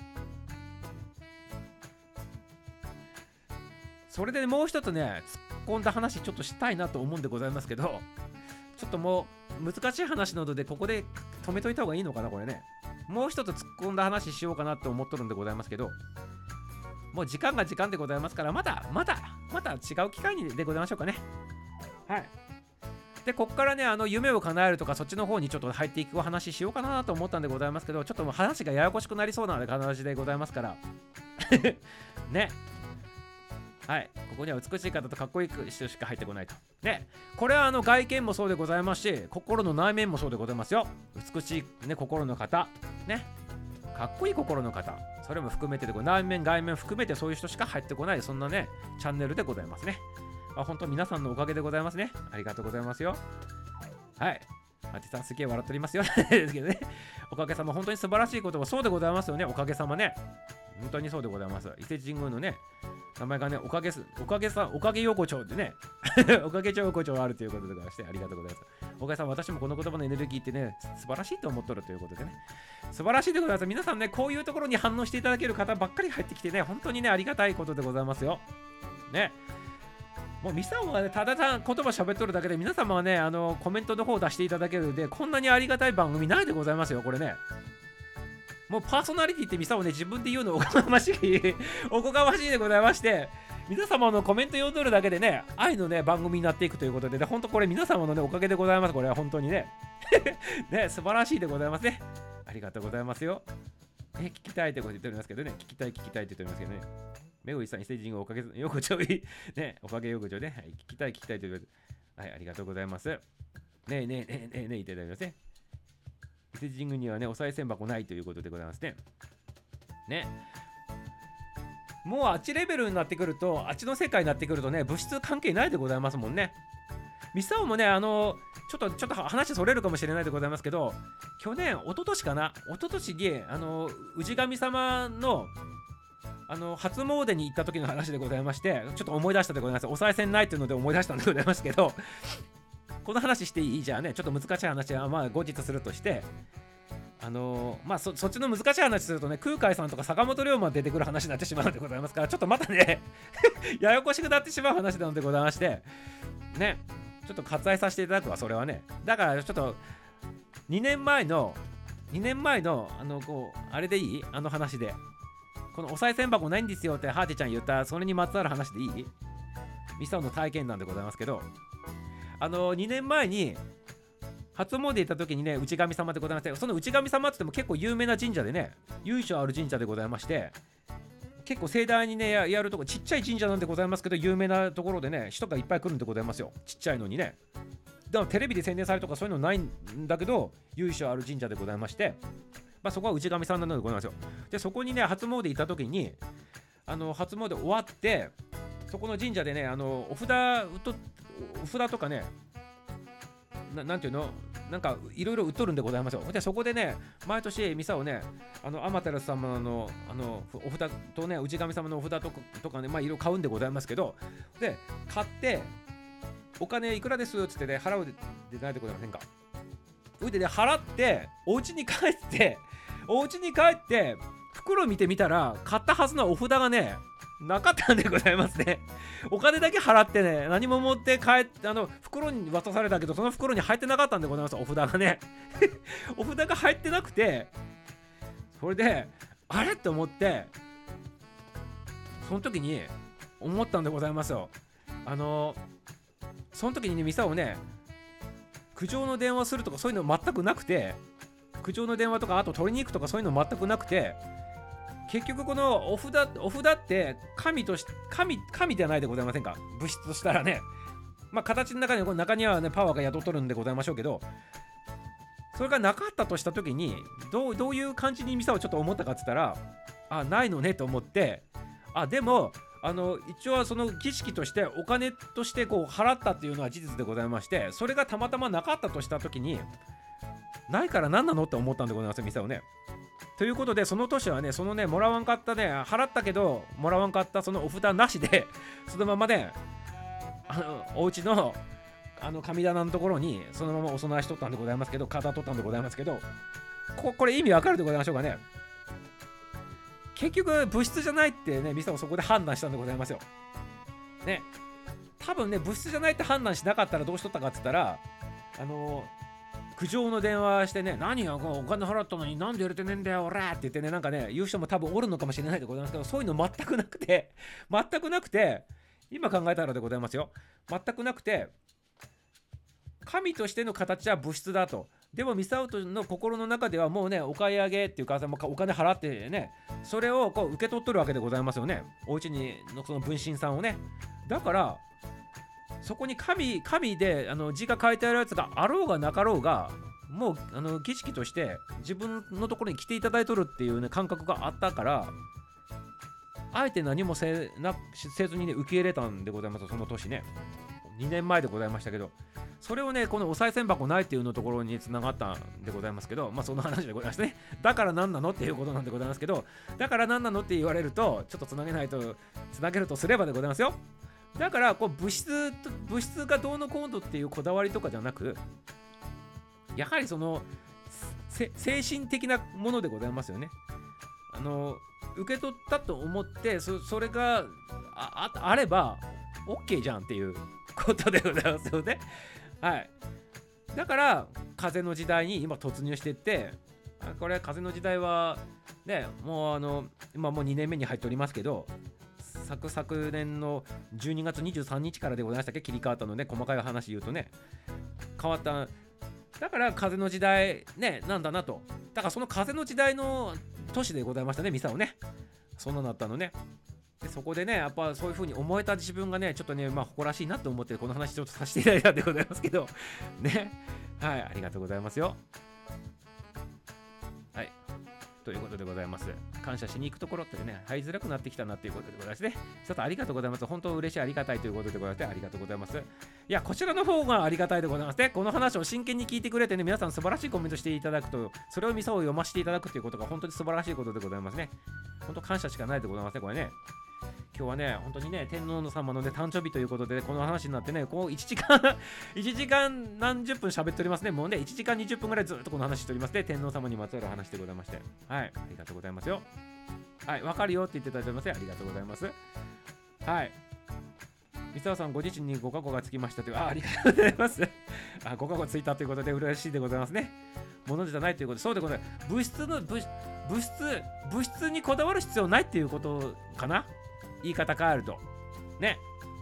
それでもう一つね、突っ込んだ話ちょっとしたいなと思うんでございますけど、ちょっともう難しい話なのでここで止めといた方がいいのかな、これね。もう一つ突っ込んだ話しようかなと思っとるんでございますけど、もう時間が時間でございますから、また違う機会にでございましょうかね。はい。で、こっからね、夢を叶えるとか、そっちの方にちょっと入っていくお話しようかなと思ったんでございますけど、ちょっともう話がややこしくなりそうな形でございますから。ね。はい。ここには美しい方とかっこいい人しか入ってこないと。ね。これは外見もそうでございますし、心の内面もそうでございますよ。美しい、ね、心の方。ね。かっこいい心の方。それも含めてで内面外面含めてそういう人しか入ってこない、そんなねチャンネルでございますね。本当皆さんのおかげでございますね。ありがとうございますよ。はい。あてさんすげえ笑っておりますよですけどね、おかげさま本当に素晴らしいことはそうでございますよね。おかげさまね、本当にそうでございます。伊勢神宮のね名前がね、おかげ横丁でねおかげ横丁あるということでございまして、ありがとうございます。おかげさん、私もこの言葉のエネルギーってね、素晴らしいと思っとるということでね、素晴らしいでございます。皆さんね、こういうところに反応していただける方ばっかり入ってきてね、本当にね、ありがたいことでございますよ。ね。もうミサオがね、ただ言葉喋っとるだけで、皆様はね、コメントの方を出していただけるので、こんなにありがたい番組ないでございますよ、これね。もうパーソナリティってミサオね、自分で言うのおこがましいおこがましいでございまして、皆様のコメント読んどるだけでね、愛のね、番組になっていくということで、本当これ皆様のね、おかげでございます。これは本当にね。ね、素晴らしいでございますね。ありがとうございますよ。聞きたいってこと言っておりますけどね、聞きたいって言っておりますけどね。めぐりさん、伊勢神宮おかげよくちょい、ね、おかげよくちょいね、はい、聞きたいと言われて、はい、ありがとうございます。ねえ、いただきますね。伊勢神宮にはね、お賽銭箱ないということでございますね。ね。もうあっちレベルになってくると、あっちの世界になってくるとね、物質関係ないでございますもんね。ミサオもね、ちょっと話それるかもしれないでございますけど、去年、一昨年に、氏神様の、初詣に行った時の話でございまして、ちょっと思い出したでございます。お賽銭ないというので思い出したんでございますけど、この話していいじゃあね、ちょっと難しい話は後日するとして、そっちの難しい話するとね、空海さんとか坂本龍馬出てくる話になってしまうのでございますから、ちょっとまたねややこしくなってしまう話なのでございまして、ね、ちょっと割愛させていただくわ、それはね。だからちょっと2年前のあれでいい？話で、このお賽銭箱ないんですよってハーティちゃん言った、それにまつわる話でいい？ミサオの体験談でございますけど、2年前に初詣行った時にね、内神様でございまして、その内神様って言っても結構有名な神社でね、由緒ある神社でございまして、結構盛大にね、やるとこ、ちっちゃい神社なんでございますけど、有名なところでね、人がいっぱい来るんでございますよ。ちっちゃいのにね。 だからテレビで宣伝されるとかそういうのないんだけど、由緒ある神社でございまして、そこは氏神さんなのでございますよ。でそこにね初詣行った時に初詣終わってそこの神社でねお札とかねなんていうのなんかいろいろ売っとるんでございますよ。でそこでね毎年ミサをね天照様のお札とね氏神様のお札とかねいろいろ買うんでございますけど、で買ってお金いくらですっつってね払うでないでございませんか。それでね払ってお家に帰って袋見てみたら買ったはずのお札がねなかったんでございますね。お金だけ払ってね何も持って帰って袋に渡されたけどその袋に入ってなかったんでございます。お札がねお札が入ってなくて、それであれって思ってその時に思ったんでございますよ。その時にねミサをね苦情の電話するとかそういうの全くなくて、苦情の電話とかあと取りに行くとかそういうの全くなくて、結局このお札って神ではないでございませんか。物質としたらね形の中に中にはねパワーが宿っとるんでございましょうけど、それがなかったとした時にどういう感じにミサをちょっと思ったかっつったらないのねと思って、でも一応はその儀式としてお金として払ったっていうのは事実でございまして、それがたまたまなかったとした時にないから何なのって思ったんでございますミサをね。ということでその年はねそのねもらわんかったね払ったけどもらわんかったそのお札なしでそのままねお家の神棚のところにそのままお供えしとったんでございますけど、飾っとったんでございますけど、これ意味わかるでございましょうかね。結局物質じゃないってねミサをそこで判断したんでございますよね。多分ね物質じゃないって判断しなかったらどうしとったかっつったら苦情の電話してね、何やお金払ったのになんで入れてねえんだよ俺って言ってねなんかね言う人も多分おるのかもしれないでございますけど、そういうの全くなくて今考えたらでございますよ。全くなくて神としての形は物質だと。でもミサオトの心の中ではもうねお買い上げっていうかお金払ってねそれを受け取っとるわけでございますよね。お家にのその分身さんをね。だからそこに神で字が書いてあるやつがあろうがなかろうがもう儀式として自分のところに来ていただいとるっていうね感覚があったから、あえて何もせずにね受け入れたんでございます。その年ね2年前でございましたけど、それをねこのお賽銭箱ないっていうのところにつながったんでございますけど、その話でございましてね。だから何なのっていうことなんでございますけど、だから何なのって言われるとちょっとつなげるとすればでございますよ。だから物質がどうのこうのっていうこだわりとかじゃなく、やはりその精神的なものでございますよね。受け取ったと思ってそれがあれば OK じゃんっていうことでございますよね。はい。だから風の時代に今突入していって、これ風の時代はねもう今もう2年目に入っておりますけど、昨年の12月23日からでございましたっけ、切り替わったのね、細かい話言うとね変わった。だから風の時代ねなんだなと。だからその風の時代の年でございましたねミサをね。そんななったのね。でそこでねやっぱそういう風に思えた自分がねちょっとね誇らしいなと思ってこの話ちょっとさせていただいたんでございますけどね。はい、ありがとうございますよ。はい、ということでございます。感謝しに行くところってね入りづらくなってきたなっていうことでございますね。ちょっとありがとうございます。本当嬉しい、ありがたいということでございまして、ありがとうございます。いやこちらの方がありがたいでございますね。この話を真剣に聞いてくれてね皆さん素晴らしいコメントしていただくと、それをミサを読ませていただくということが本当に素晴らしいことでございますね。本当感謝しかないでございますねこれね。今日はね本当にね天皇様のね誕生日ということで、ね、この話になってねこう1時間何十分喋っておりますね。もうね1時間20分ぐらいずっとこの話しておりますね。天皇様にまつわる話でございまして、はい、ありがとうございますよ。はい、わかるよって言っていただいてますね。ありがとうございます。はい、三沢さんご自身にご加護がつきましたという、ありがとうございます。ご加護ついたということで嬉しいでございますね。物じゃないということで、そうでございます。物質にこだわる必要ないっていうことかな、言い方変えるとね。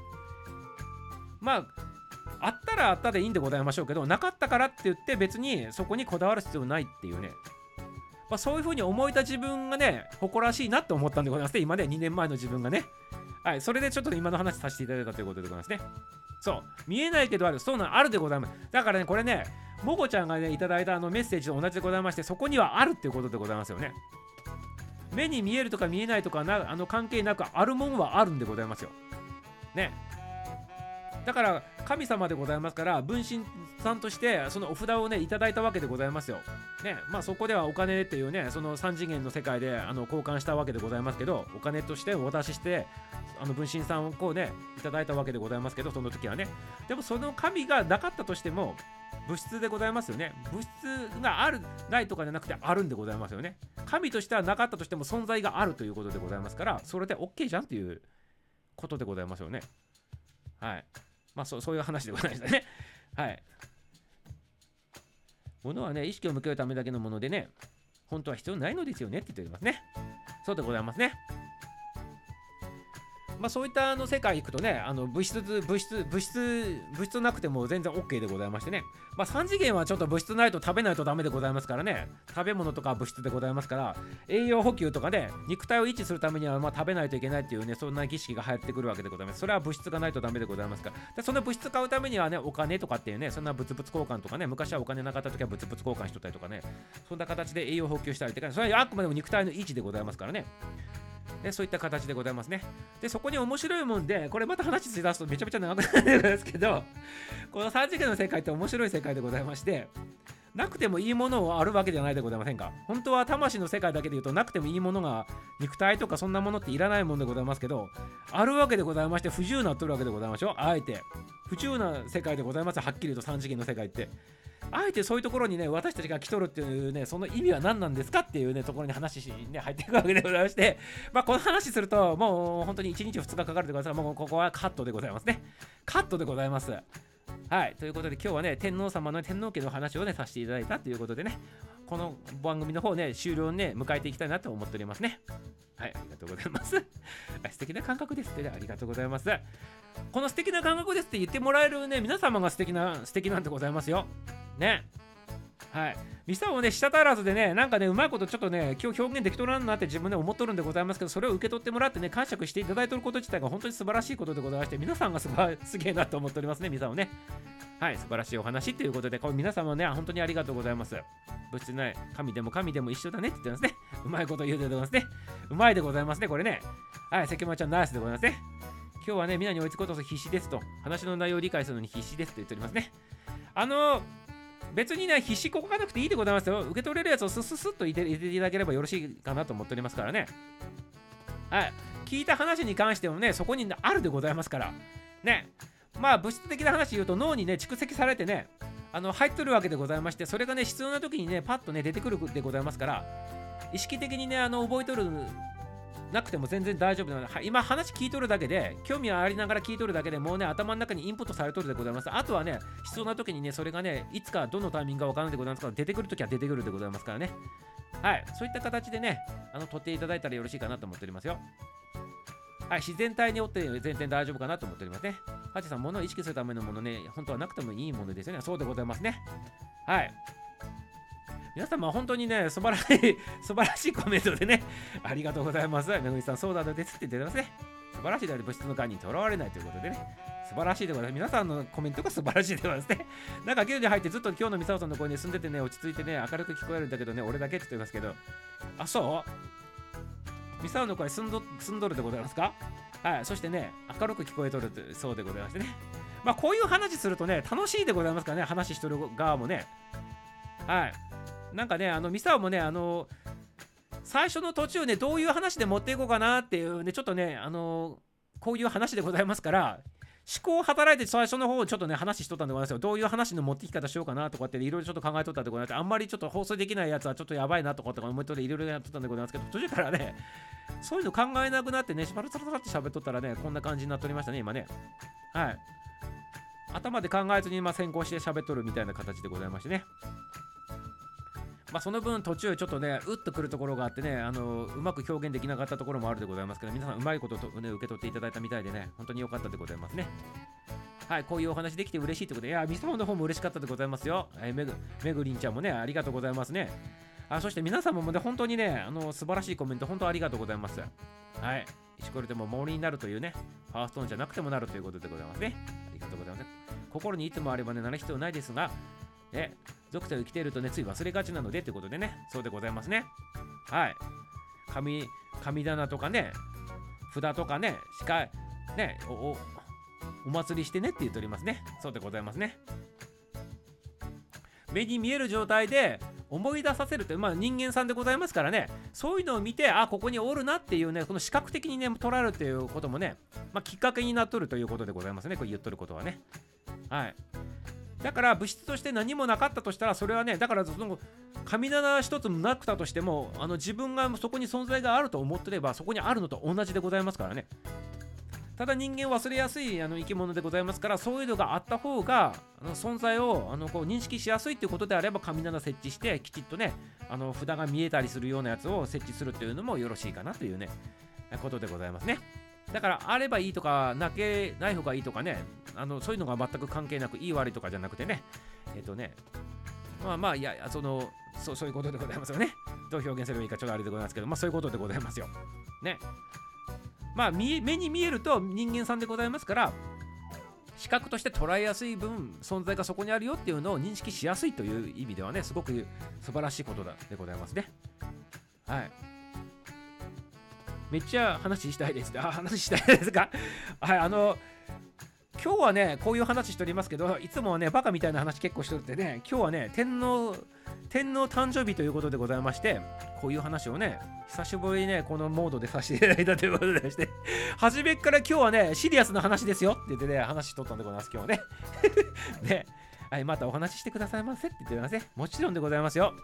あったらあったでいいんでございましょうけど、なかったからって言って別にそこにこだわる必要ないっていうね、そういう風に思えた自分がね誇らしいなって思ったんでございますね。今ね2年前の自分がね。はい、それでちょっと今の話させていただいたということでございますね。 そう見えないけどある、そうなのあるでございます。だからねこれねもごちゃんがねいただいたメッセージと同じでございまして、そこにはあるっていうことでございますよね。目に見えるとか見えないとか関係なくあるもんはあるんでございますよね。だから神様でございますから、分身さんとしてそのお札をねいただいたわけでございますよね。まあそこではお金っていうねその3次元の世界で交換したわけでございますけど、お金としてお渡しして分身さんをこうねいただいたわけでございますけど、その時はね。でもその神がなかったとしても物質でございますよね。物質があるないとかじゃなくてあるんでございますよね。神としてはなかったとしても存在があるということでございますから、それで OK じゃんっていうことでございますよね。はい。まあそういう話でございましたね。はい。物はね、意識を向けるためだけのものでね、本当は必要ないのですよねって言っておりますね。そうでございますね。まあそういった世界行くとね、物質なくても全然 OK でございましてね。まあ3次元はちょっと物質ないと食べないとダメでございますからね。食べ物とか物質でございますから、栄養補給とかね、肉体を維持するためにはまあ食べないといけないっていうね、そんな儀式が流行ってくるわけでございます。それは物質がないとダメでございますから。で、その物質買うためにはね、お金とかっていうね、そんな物々交換とかね、昔はお金なかった時は物々交換しとったりとかね、そんな形で栄養補給したりとか、それはあくまでも肉体の維持でございますからね。でそういった形でございますね。でそこに面白いもんで、これまた話し出すとめちゃめちゃ長くなるんですけど、この3次元の世界って面白い世界でございまして、なくてもいいものはあるわけじゃないでございませんか。本当は魂の世界だけで言うとなくてもいいものが肉体とかそんなものっていらないもんでございますけど、あるわけでございまして、不自由なっとるわけでございましょう。あえて不自由な世界でございます。はっきり言うと3次元の世界ってあえてそういうところにね私たちが来とるっていうね、その意味は何なんですかっていうねところに話に、ね、入っていくわけでございまして、まあこの話するともう本当に1日2日かかるでございますが、もうここはカットでございますね。カットでございます。はい、ということで今日はね天皇様の天皇家の話をねさせていただいたということでね、この番組の方ね終了にね迎えていきたいなと思っておりますね。はい、ありがとうございます。素敵な感覚ですって、ね、ありがとうございます。この素敵な感覚ですって言ってもらえるね皆様が素敵なんでございますよね。はい、ミサをね舌足らずでねなんかねうまいことちょっとね今日表現できとらんなって自分で思っとるんでございますけど、それを受け取ってもらってね感謝していただいてること自体が本当に素晴らしいことでございまして、皆さんがすげえなと思っておりますね、ミサをね。はい、素晴らしいお話ということで、これ皆様ね本当にありがとうございます。物質ない神でも一緒だねって言ってますね。うまいこと言うでございますね。うまいでございますねこれね。はい、関間ちゃんナイスでございますね。今日はね皆に追いつくことを必死ですと、話の内容を理解するのに必死ですと言っておりますね。別にね必死ここがなくていいでございますよ。受け取れるやつをスッと入れていただければよろしいかなと思っておりますからね。はい、聞いた話に関してもねそこにあるでございますからね。まあ物質的な話言うと脳にね蓄積されてね入っとるわけでございまして、それがね必要な時にねパッとね出てくるでございますから、意識的にね覚えとるなくても全然大丈夫なので、今話聞いとるだけで興味ありながら聞いとるだけでもうね頭の中にインプットされとるでございます。あとはね必要な時にねそれがねいつかどのタイミングか分からないでございますから、出てくる時は出てくるでございますからね。はい、そういった形でね取っていただいたらよろしいかなと思っておりますよ。はい、自然体によって全然大丈夫かなと思っておりますね。ハチさん、物を意識するためのものね本当はなくてもいいものですよね。そうでございますね。はい、皆様本当にね素晴らしいコメントでねありがとうございます。めぐみさんそうだですって言ってますね。素晴らしいであり物質の概にとらわれないということでね、素晴らしいでございます。皆さんのコメントが素晴らしいでございますね。なんかゲルに入ってずっと今日のミサオさんの声に住んでてね落ち着いてね明るく聞こえるんだけどね俺だけって言ってますけど、あそうミサオの声住んどるでございますか。はい、そしてね明るく聞こえとるそうでございましてね、まあこういう話するとね楽しいでございますからね、話しとる側もね。はい、なんかねミサオもね最初の途中ねどういう話で持っていこうかなっていうねちょっとねこういう話でございますから、思考を働いて最初の方をちょっとね話しとったんでございますよ。どういう話の持ってき方しようかなとかっていろいろちょっと考えとったんでございます。あんまりちょっと放送できないやつはちょっとやばいなとかって思っていろいろやっとったんでございますけど、途中からねそういうの考えなくなってねしばらくって喋っとったらねこんな感じになっておりましたね今ね。はい、頭で考えずに先行して喋っとるみたいな形でございましてね。まあその分途中ちょっとねうっとくるところがあってねうまく表現できなかったところもあるでございますけど、皆さんうまいことと、ね、受け取っていただいたみたいでね本当に良かったでございますね。はい、こういうお話できて嬉しいということで、いやミサオの方も嬉しかったでございますよ。めぐりんちゃんもねありがとうございますね。そして皆様もね本当にね素晴らしいコメント本当ありがとうございます。はい、 石ころでも森になるというね、パワーストーンじゃなくてもなるということでございますね。ありがとうございます。心にいつもあればね、なる必要ないですが、属性を生きているとね、つい忘れがちなのでということでね、そうでございますね。はい。神棚とかね、札とかね、ね、お祭りしてねって言っておりますね。そうでございますね。目に見える状態で思い出させるという、人間さんでございますからね、そういうのを見て、ここにおるなっていうね、この視覚的にね、捉えるということもね、きっかけになっとるということでございますね。これ言っとることはね。はい。だから物質として何もなかったとしたら、それはね、だからその神棚一つなくたとしても、自分がそこに存在があると思ってれば、そこにあるのと同じでございますからね。ただ人間忘れやすい生き物でございますから、そういうのがあった方が存在をこう認識しやすいということであれば、神棚設置してきちっとね、札が見えたりするようなやつを設置するというのもよろしいかなというねことでございますね。だからあればいいとかない方がいいとかね、そういうのが全く関係なく、いい悪いとかじゃなくてね、いやそういうことでございますよね。どう表現すればいいかちょっとあれでございますけど、そういうことでございますよね。目に見えると人間さんでございますから、視覚として捉えやすい分、存在がそこにあるよっていうのを認識しやすいという意味ではね、すごく素晴らしいことでございますね。はい。めっちゃ話したいです。話したいですか。はい、今日はね、こういう話しておりますけど、いつもはね、バカみたいな話結構しておってね、今日はね、天皇誕生日ということでございまして、こういう話をね、久しぶりにね、このモードでさせていただいたということでして、初めから今日はね、シリアスな話ですよって言ってね、話しとったんでございます、今日はね。ね、はい、またお話ししてくださいませって言ってますね。もちろんでございますよ。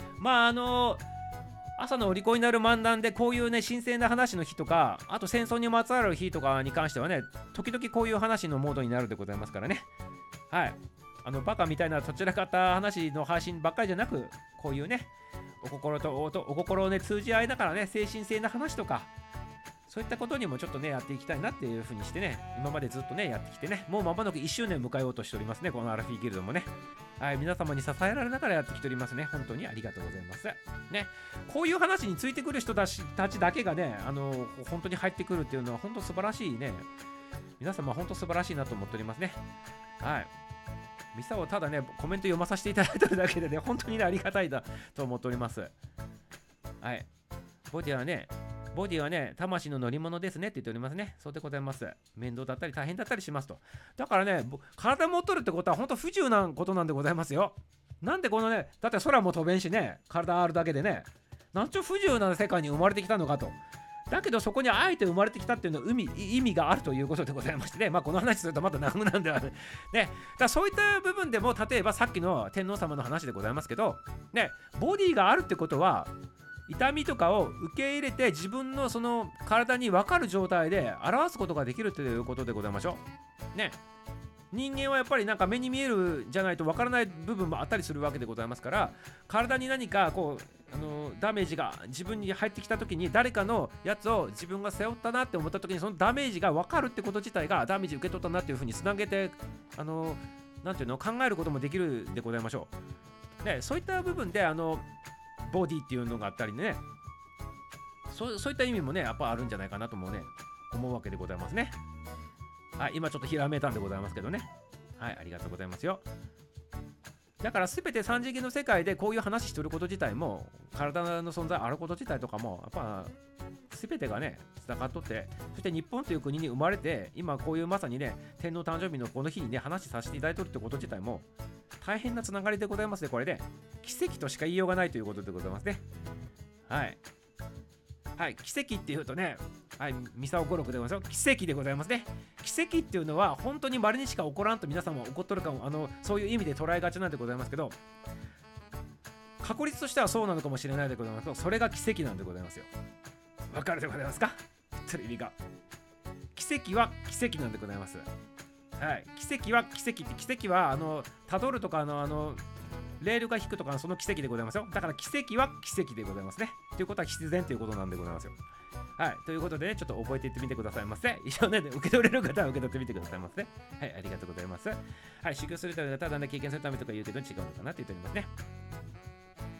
朝のお利口になる漫談でこういうね、神聖な話の日とか、あと戦争にまつわる日とかに関してはね、時々こういう話のモードになるでございますからね。はい。バカみたいなどちらかった話の配信ばっかりじゃなく、こういうね、お心をね、通じ合いながらね、精神性な話とか、そういったことにもちょっとね、やっていきたいなっていうふうにしてね、今までずっとね、やってきてね、もう間もなく1周年を迎えようとしておりますね、このアラフィーギルドもね。はい、皆様に支えられながらやってきておりますね。本当にありがとうございます。ね、こういう話についてくる人たちだけがね、本当に入ってくるっていうのは本当素晴らしいね。皆様本当素晴らしいなと思っておりますね。はい。ミサをただね、コメント読まさせていただいてるだけでね、本当にね、ありがたいだと思っております。はい。ボディはね、魂の乗り物ですねって言っておりますね。そうでございます。面倒だったり大変だったりしますと。だからね、体持っとるってことは本当不自由なことなんでございますよ。なんでこのね、だって空も飛べんしね、体あるだけでね、なんちゅう不自由な世界に生まれてきたのかと。だけどそこにあえて生まれてきたっていうのは意味があるということでございましてね、この話するとまた長なんではね。だからそういった部分でも、例えばさっきの天皇様の話でございますけど、ね、ボディがあるってことは、痛みとかを受け入れて自分のその体に分かる状態で表すことができるということでございましょう。ね。人間はやっぱりなんか目に見えるじゃないと分からない部分もあったりするわけでございますから、体に何かこうダメージが自分に入ってきた時に、誰かのやつを自分が背負ったなって思った時に、そのダメージが分かるってこと自体がダメージ受け取ったなっていうふうにつなげてなんていうの考えることもできるでございましょう。でそういった部分でボディっていうのがあったりね、そういった意味もね、やっぱあるんじゃないかなともね、思うわけでございますね。はい、今ちょっとひらめいたんでございますけどね。はい、ありがとうございますよ。だから全て三次元の世界でこういう話してること自体も、体の存在あること自体とかも、やっぱ全てがね、つながっとって、そして日本という国に生まれて、今こういうまさにね、天皇誕生日のこの日にね、話させていただいてるってこと自体も、大変なつながりでございますね、これで。奇跡としか言いようがないということでございますね。はい。はい、奇跡っていうとね、はい、ミサオ語録でございますよ。奇跡でございますね。奇跡っていうのは本当に稀にしか起こらんと皆さんも起こっとるかも、そういう意味で捉えがちなんでございますけど、確率としてはそうなのかもしれないでございますけど、それが奇跡なんでございますよ。わかるでございますか？言ってる意味が。奇跡は奇跡なんでございます。はい、奇跡は奇跡って、奇跡はたどるとかレールが引くとかその奇跡でございますよ。だから奇跡は奇跡でございますね。ということは必然ということなんでございますよ。はい、ということでね、ちょっと覚えていってみてくださいませ。一緒ね、受け取れる方は受け取ってみてくださいませ。はい、ありがとうございます。はい、修行するためだったらだんだん経験するためとか言うけど違うのかなって言っておりますね。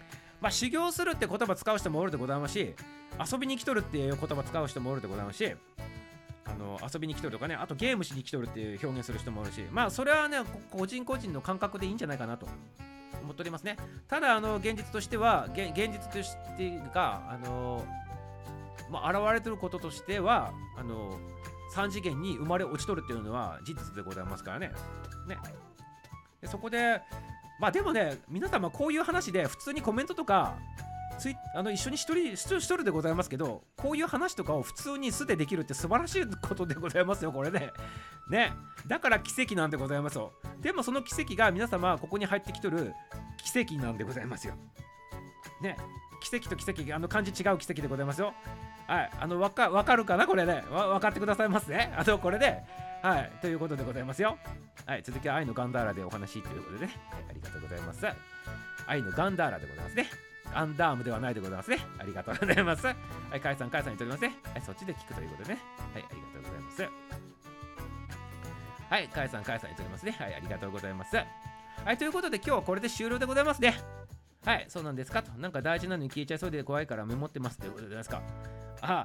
まあ修行するって言葉使う人もおるでございますし、遊びに来とるっていう言葉使う人もおるでございますし、遊びに来とるとかね、あとゲームしに来とるっていう表現する人もおるし、まあそれはね個人個人の感覚でいいんじゃないかなと思っておりますね。ただ現実としては現実としてがまあ、現れてることとしては3次元に生まれ落ちとるっていうのは事実でございますからね。でそこでまあでもね、皆様こういう話で普通にコメントとか一緒に一人でございますけど、こういう話とかを普通に素でできるって素晴らしいことでございますよ、これね。ね、だから奇跡なんでございますよ。でもその奇跡が皆様ここに入ってきとる奇跡なんでございますよ。ね、奇跡と奇跡、漢字違う奇跡でございますよ。はい、わかるかなこれね。分かってくださいますね。これで、はい、ということでございますよ。はい、続きは愛のガンダーラでお話ということでね、はい、ありがとうございます。愛のガンダーラでございますね。アンダームではないでございますね。ありがとうございます。はい、カイさん言っておりますね。はい、そっちで聞くということでね。はい、ありがとうございます。はい、カイさん言っておりますね。はい、ありがとうございます。はい、ということで今日はこれで終了でございますね。はい、そうなんですかと。なんか大事なのに消えちゃいそうで怖いからメモってますということですか。はい、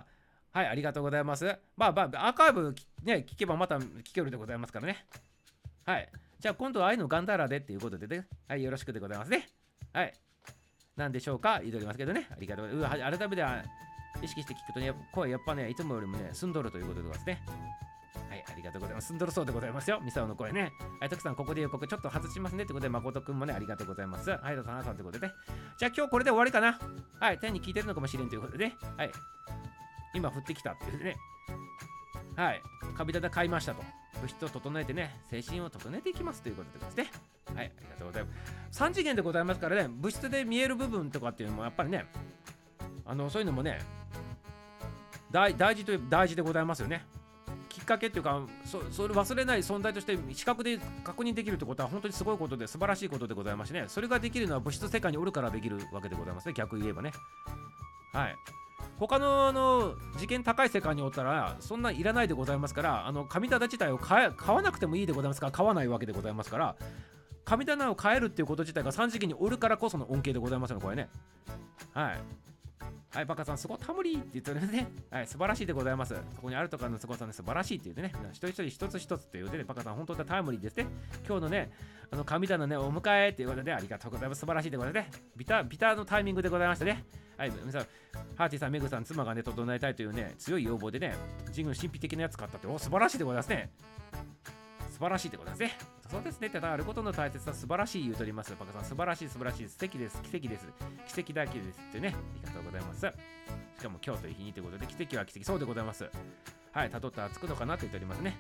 ありがとうございます。まあ、アーカイブね、聞けばまた聞けるでございますからね。はい。じゃあ今度は愛のガンダーラでっていうことでね。はい、よろしくでございますね。はい。なんでしょうか言っておりますけどね。ありがとうございます。改めて意識して聞くとね、声やっぱね、いつもよりもね、澄んどるということでございますね。はい、ありがとうございます。澄んどるそうでございますよ。ミサオの声ね。はい、たくさんここで予告ちょっと外しますねってことで、誠くんもね、ありがとうございます。はい、どうぞ、さんということでね。じゃあ今日これで終わりかな。はい、手に聞いてるのかもしれんということでね。はい。今降ってきたっていうね。はい、カビダ買いましたと。物質を整えてね、精神を整えていきますということでですね。はい、ありがとうございます。3次元でございますからね、物質で見える部分とかっていうのもやっぱりね、そういうのもね、大事でございますよね。きっかけっていうか、それ忘れない存在として視覚で確認できるってことは本当にすごいことで素晴らしいことでございましてね、それができるのは物質世界におるからできるわけでございますね、逆言えばね。はい。他の次元高い世界におったらそんないらないでございますから、神棚自体を買わなくてもいいでございますから、買わないわけでございますから、神棚を変えるっていうこと自体が3次元におるからこその恩恵でございますよ、これね。はい。はい、バカさん、すごいタモリーって言っておりますね。はい、素晴らしいでございます。そこにあるとかのすごさね、素晴らしいって言ってね、一人一人一つ一つって言ってね、バカさん、本当だタイムリーですね。今日のね、神棚ね、お迎えっていうことで、ありがとうございます。素晴らしいでございますね。ビターのタイミングでございましたね。はい、皆さん、ハーティさん、メグさん、妻がね、整えたいというね、強い要望でね、神宮神秘的なやつ買ったって、素晴らしいでございますね。素晴らしいでございますね。そうですね。ただ、あることの大切さ、素晴らしい言うとります。バカさん、素晴らしい、素晴らしい、素敵です、奇跡です。奇跡だけですってね、ありがとうございます。しかも今日という日にということで、奇跡は奇跡、そうでございます。はい、たどったらつくのかなと言っておりますね。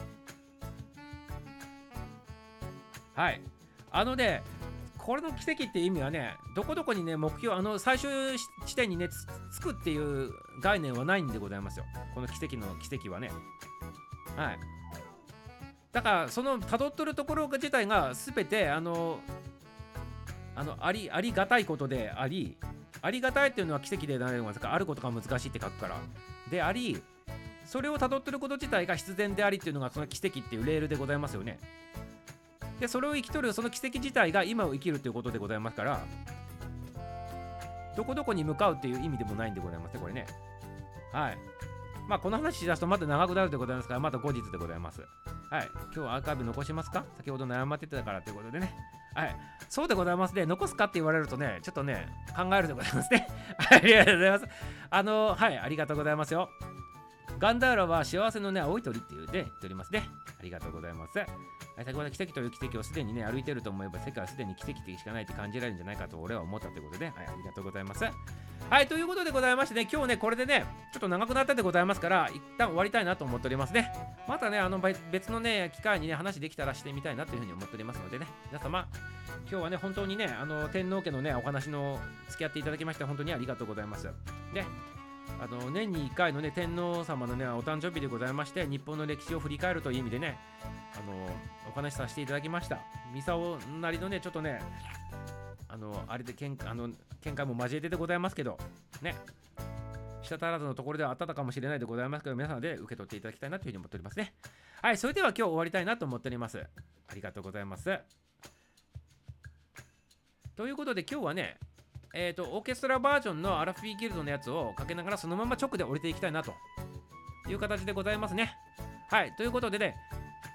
はい。これの奇跡っていう意味はね、どこどこにね、目標、最終地点にね、つくっていう概念はないんでございますよ。この奇跡の奇跡はね。はい。だから、その辿っとるところ自体が全て、ありがたいことであり、ありがたいっていうのは奇跡でないのがあることが難しいって書くから。であり、それを辿ってること自体が必然でありっていうのがその奇跡っていうレールでございますよね。で、それを生きとるその奇跡自体が今を生きるということでございますから、どこどこに向かうっていう意味でもないんでございますね、これね。はい。まあ、この話しだすとまた長くなるでございますから、また後日でございます。はい。今日アーカイブ残しますか？先ほど悩まってたからということでね。はい。そうでございますね。残すかって言われるとね、ちょっとね、考えるでございますね。ありがとうございます。はい、ありがとうございますよ。ガンダーラは幸せのね、青い鳥っていうで言っておりますね。ありがとうございます。はい、先ほど奇跡という奇跡をすでにね、歩いてると思えば、世界はすでに奇跡的しかないって感じられるんじゃないかと俺は思ったということで、はい、ありがとうございます。はい、ということでございましてね、今日ね、これでね、ちょっと長くなったでございますから、一旦終わりたいなと思っておりますね。またね、別のね、機会にね、話できたらしてみたいなというふうに思っておりますのでね、皆様、今日はね、本当にね、天皇家のね、お話の付き合っていただきまして、本当にありがとうございます。で、年に1回のね、天皇様のね、お誕生日でございまして、日本の歴史を振り返るという意味でね、お話しさせていただきました。ミサオなりのね、ちょっとね、あれで見解も交えてでございますけど、ね、舌足らずのところではあったかもしれないでございますけど、皆さんで受け取っていただきたいなというふうに思っておりますね。はい、それでは今日終わりたいなと思っております。ありがとうございます。ということで今日はね、 オーケストラバージョンのアラフィーギルドのやつをかけながらそのまま直で降りていきたいなという形でございますね。はい、ということでね、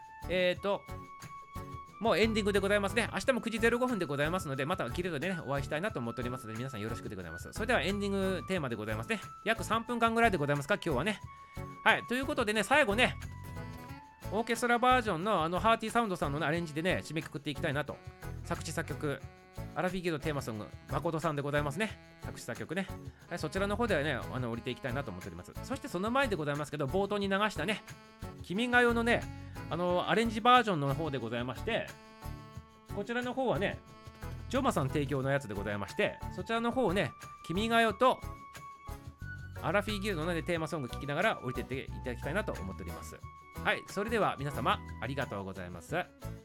もうエンディングでございますね。明日も9時05分でございますので、またギルドでね、お会いしたいなと思っておりますので、皆さんよろしくでございます。それではエンディングテーマでございますね。約3分間ぐらいでございますか、今日はね。はい、ということでね、最後ね、オーケストラバージョンのハーティーサウンドさんの、ね、アレンジでね、締めくくっていきたいなと。作詞作曲、アラフィーギルドテーマソング、誠さんでございますね。作詞作曲ね。はい、そちらの方ではね、降りていきたいなと思っております。そしてその前でございますけど、冒頭に流したね、君が代のね、アレンジバージョンの方でございまして、こちらの方はね、ジョマさん提供のやつでございまして、そちらの方をね、君が代とアラフィーギルドの、ね、テーマソング聴きながら降りていっていただきたいなと思っております。はい、それでは皆様ありがとうございます。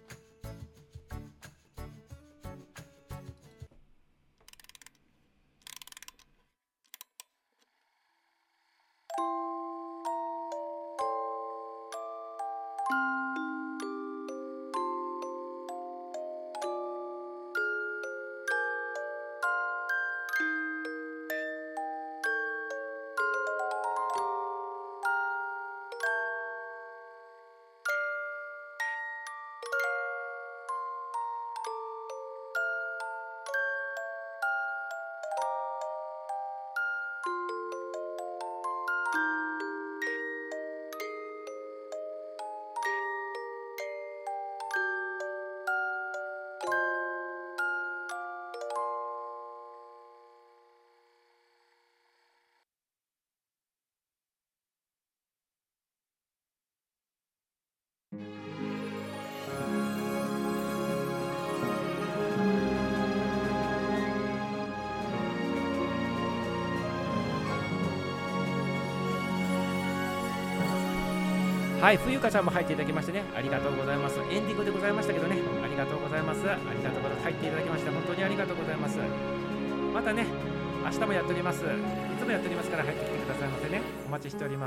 はい、冬香ちゃんも入っていただきましてね、ありがとうございます。エンディングでございましたけどね、ありがとうございます。ありがとうございます。入っていただきまして、本当にありがとうございます。またね、明日もやっております。いつもやっておりますから入ってきてくださいませね。お待ちしております。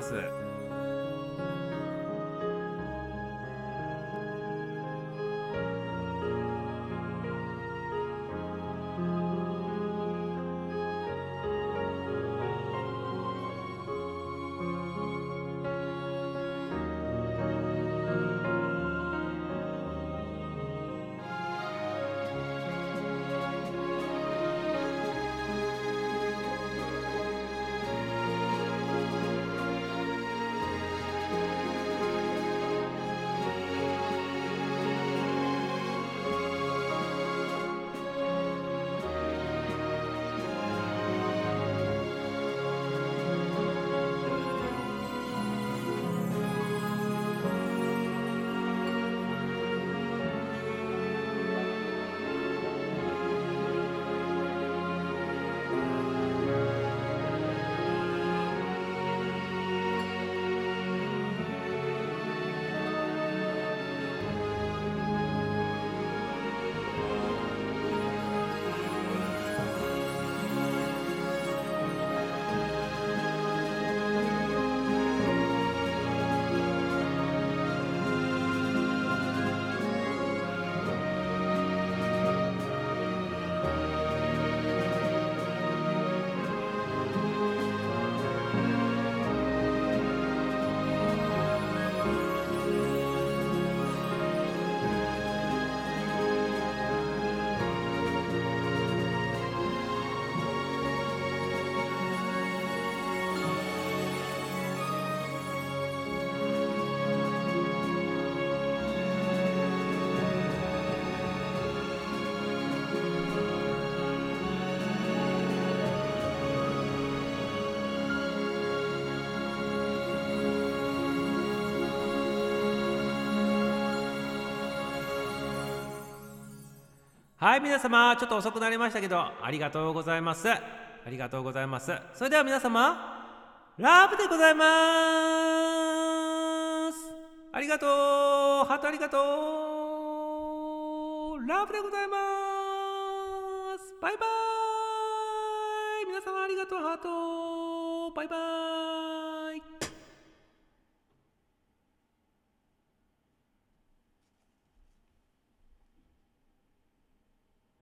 はい、皆様、ちょっと遅くなりましたけど、ありがとうございます。ありがとうございます。それでは皆様、ラブでございます。ありがとう。ハートありがとう。ラブでございます。バイバイ。皆様ありがとう。ハート。バイバイ。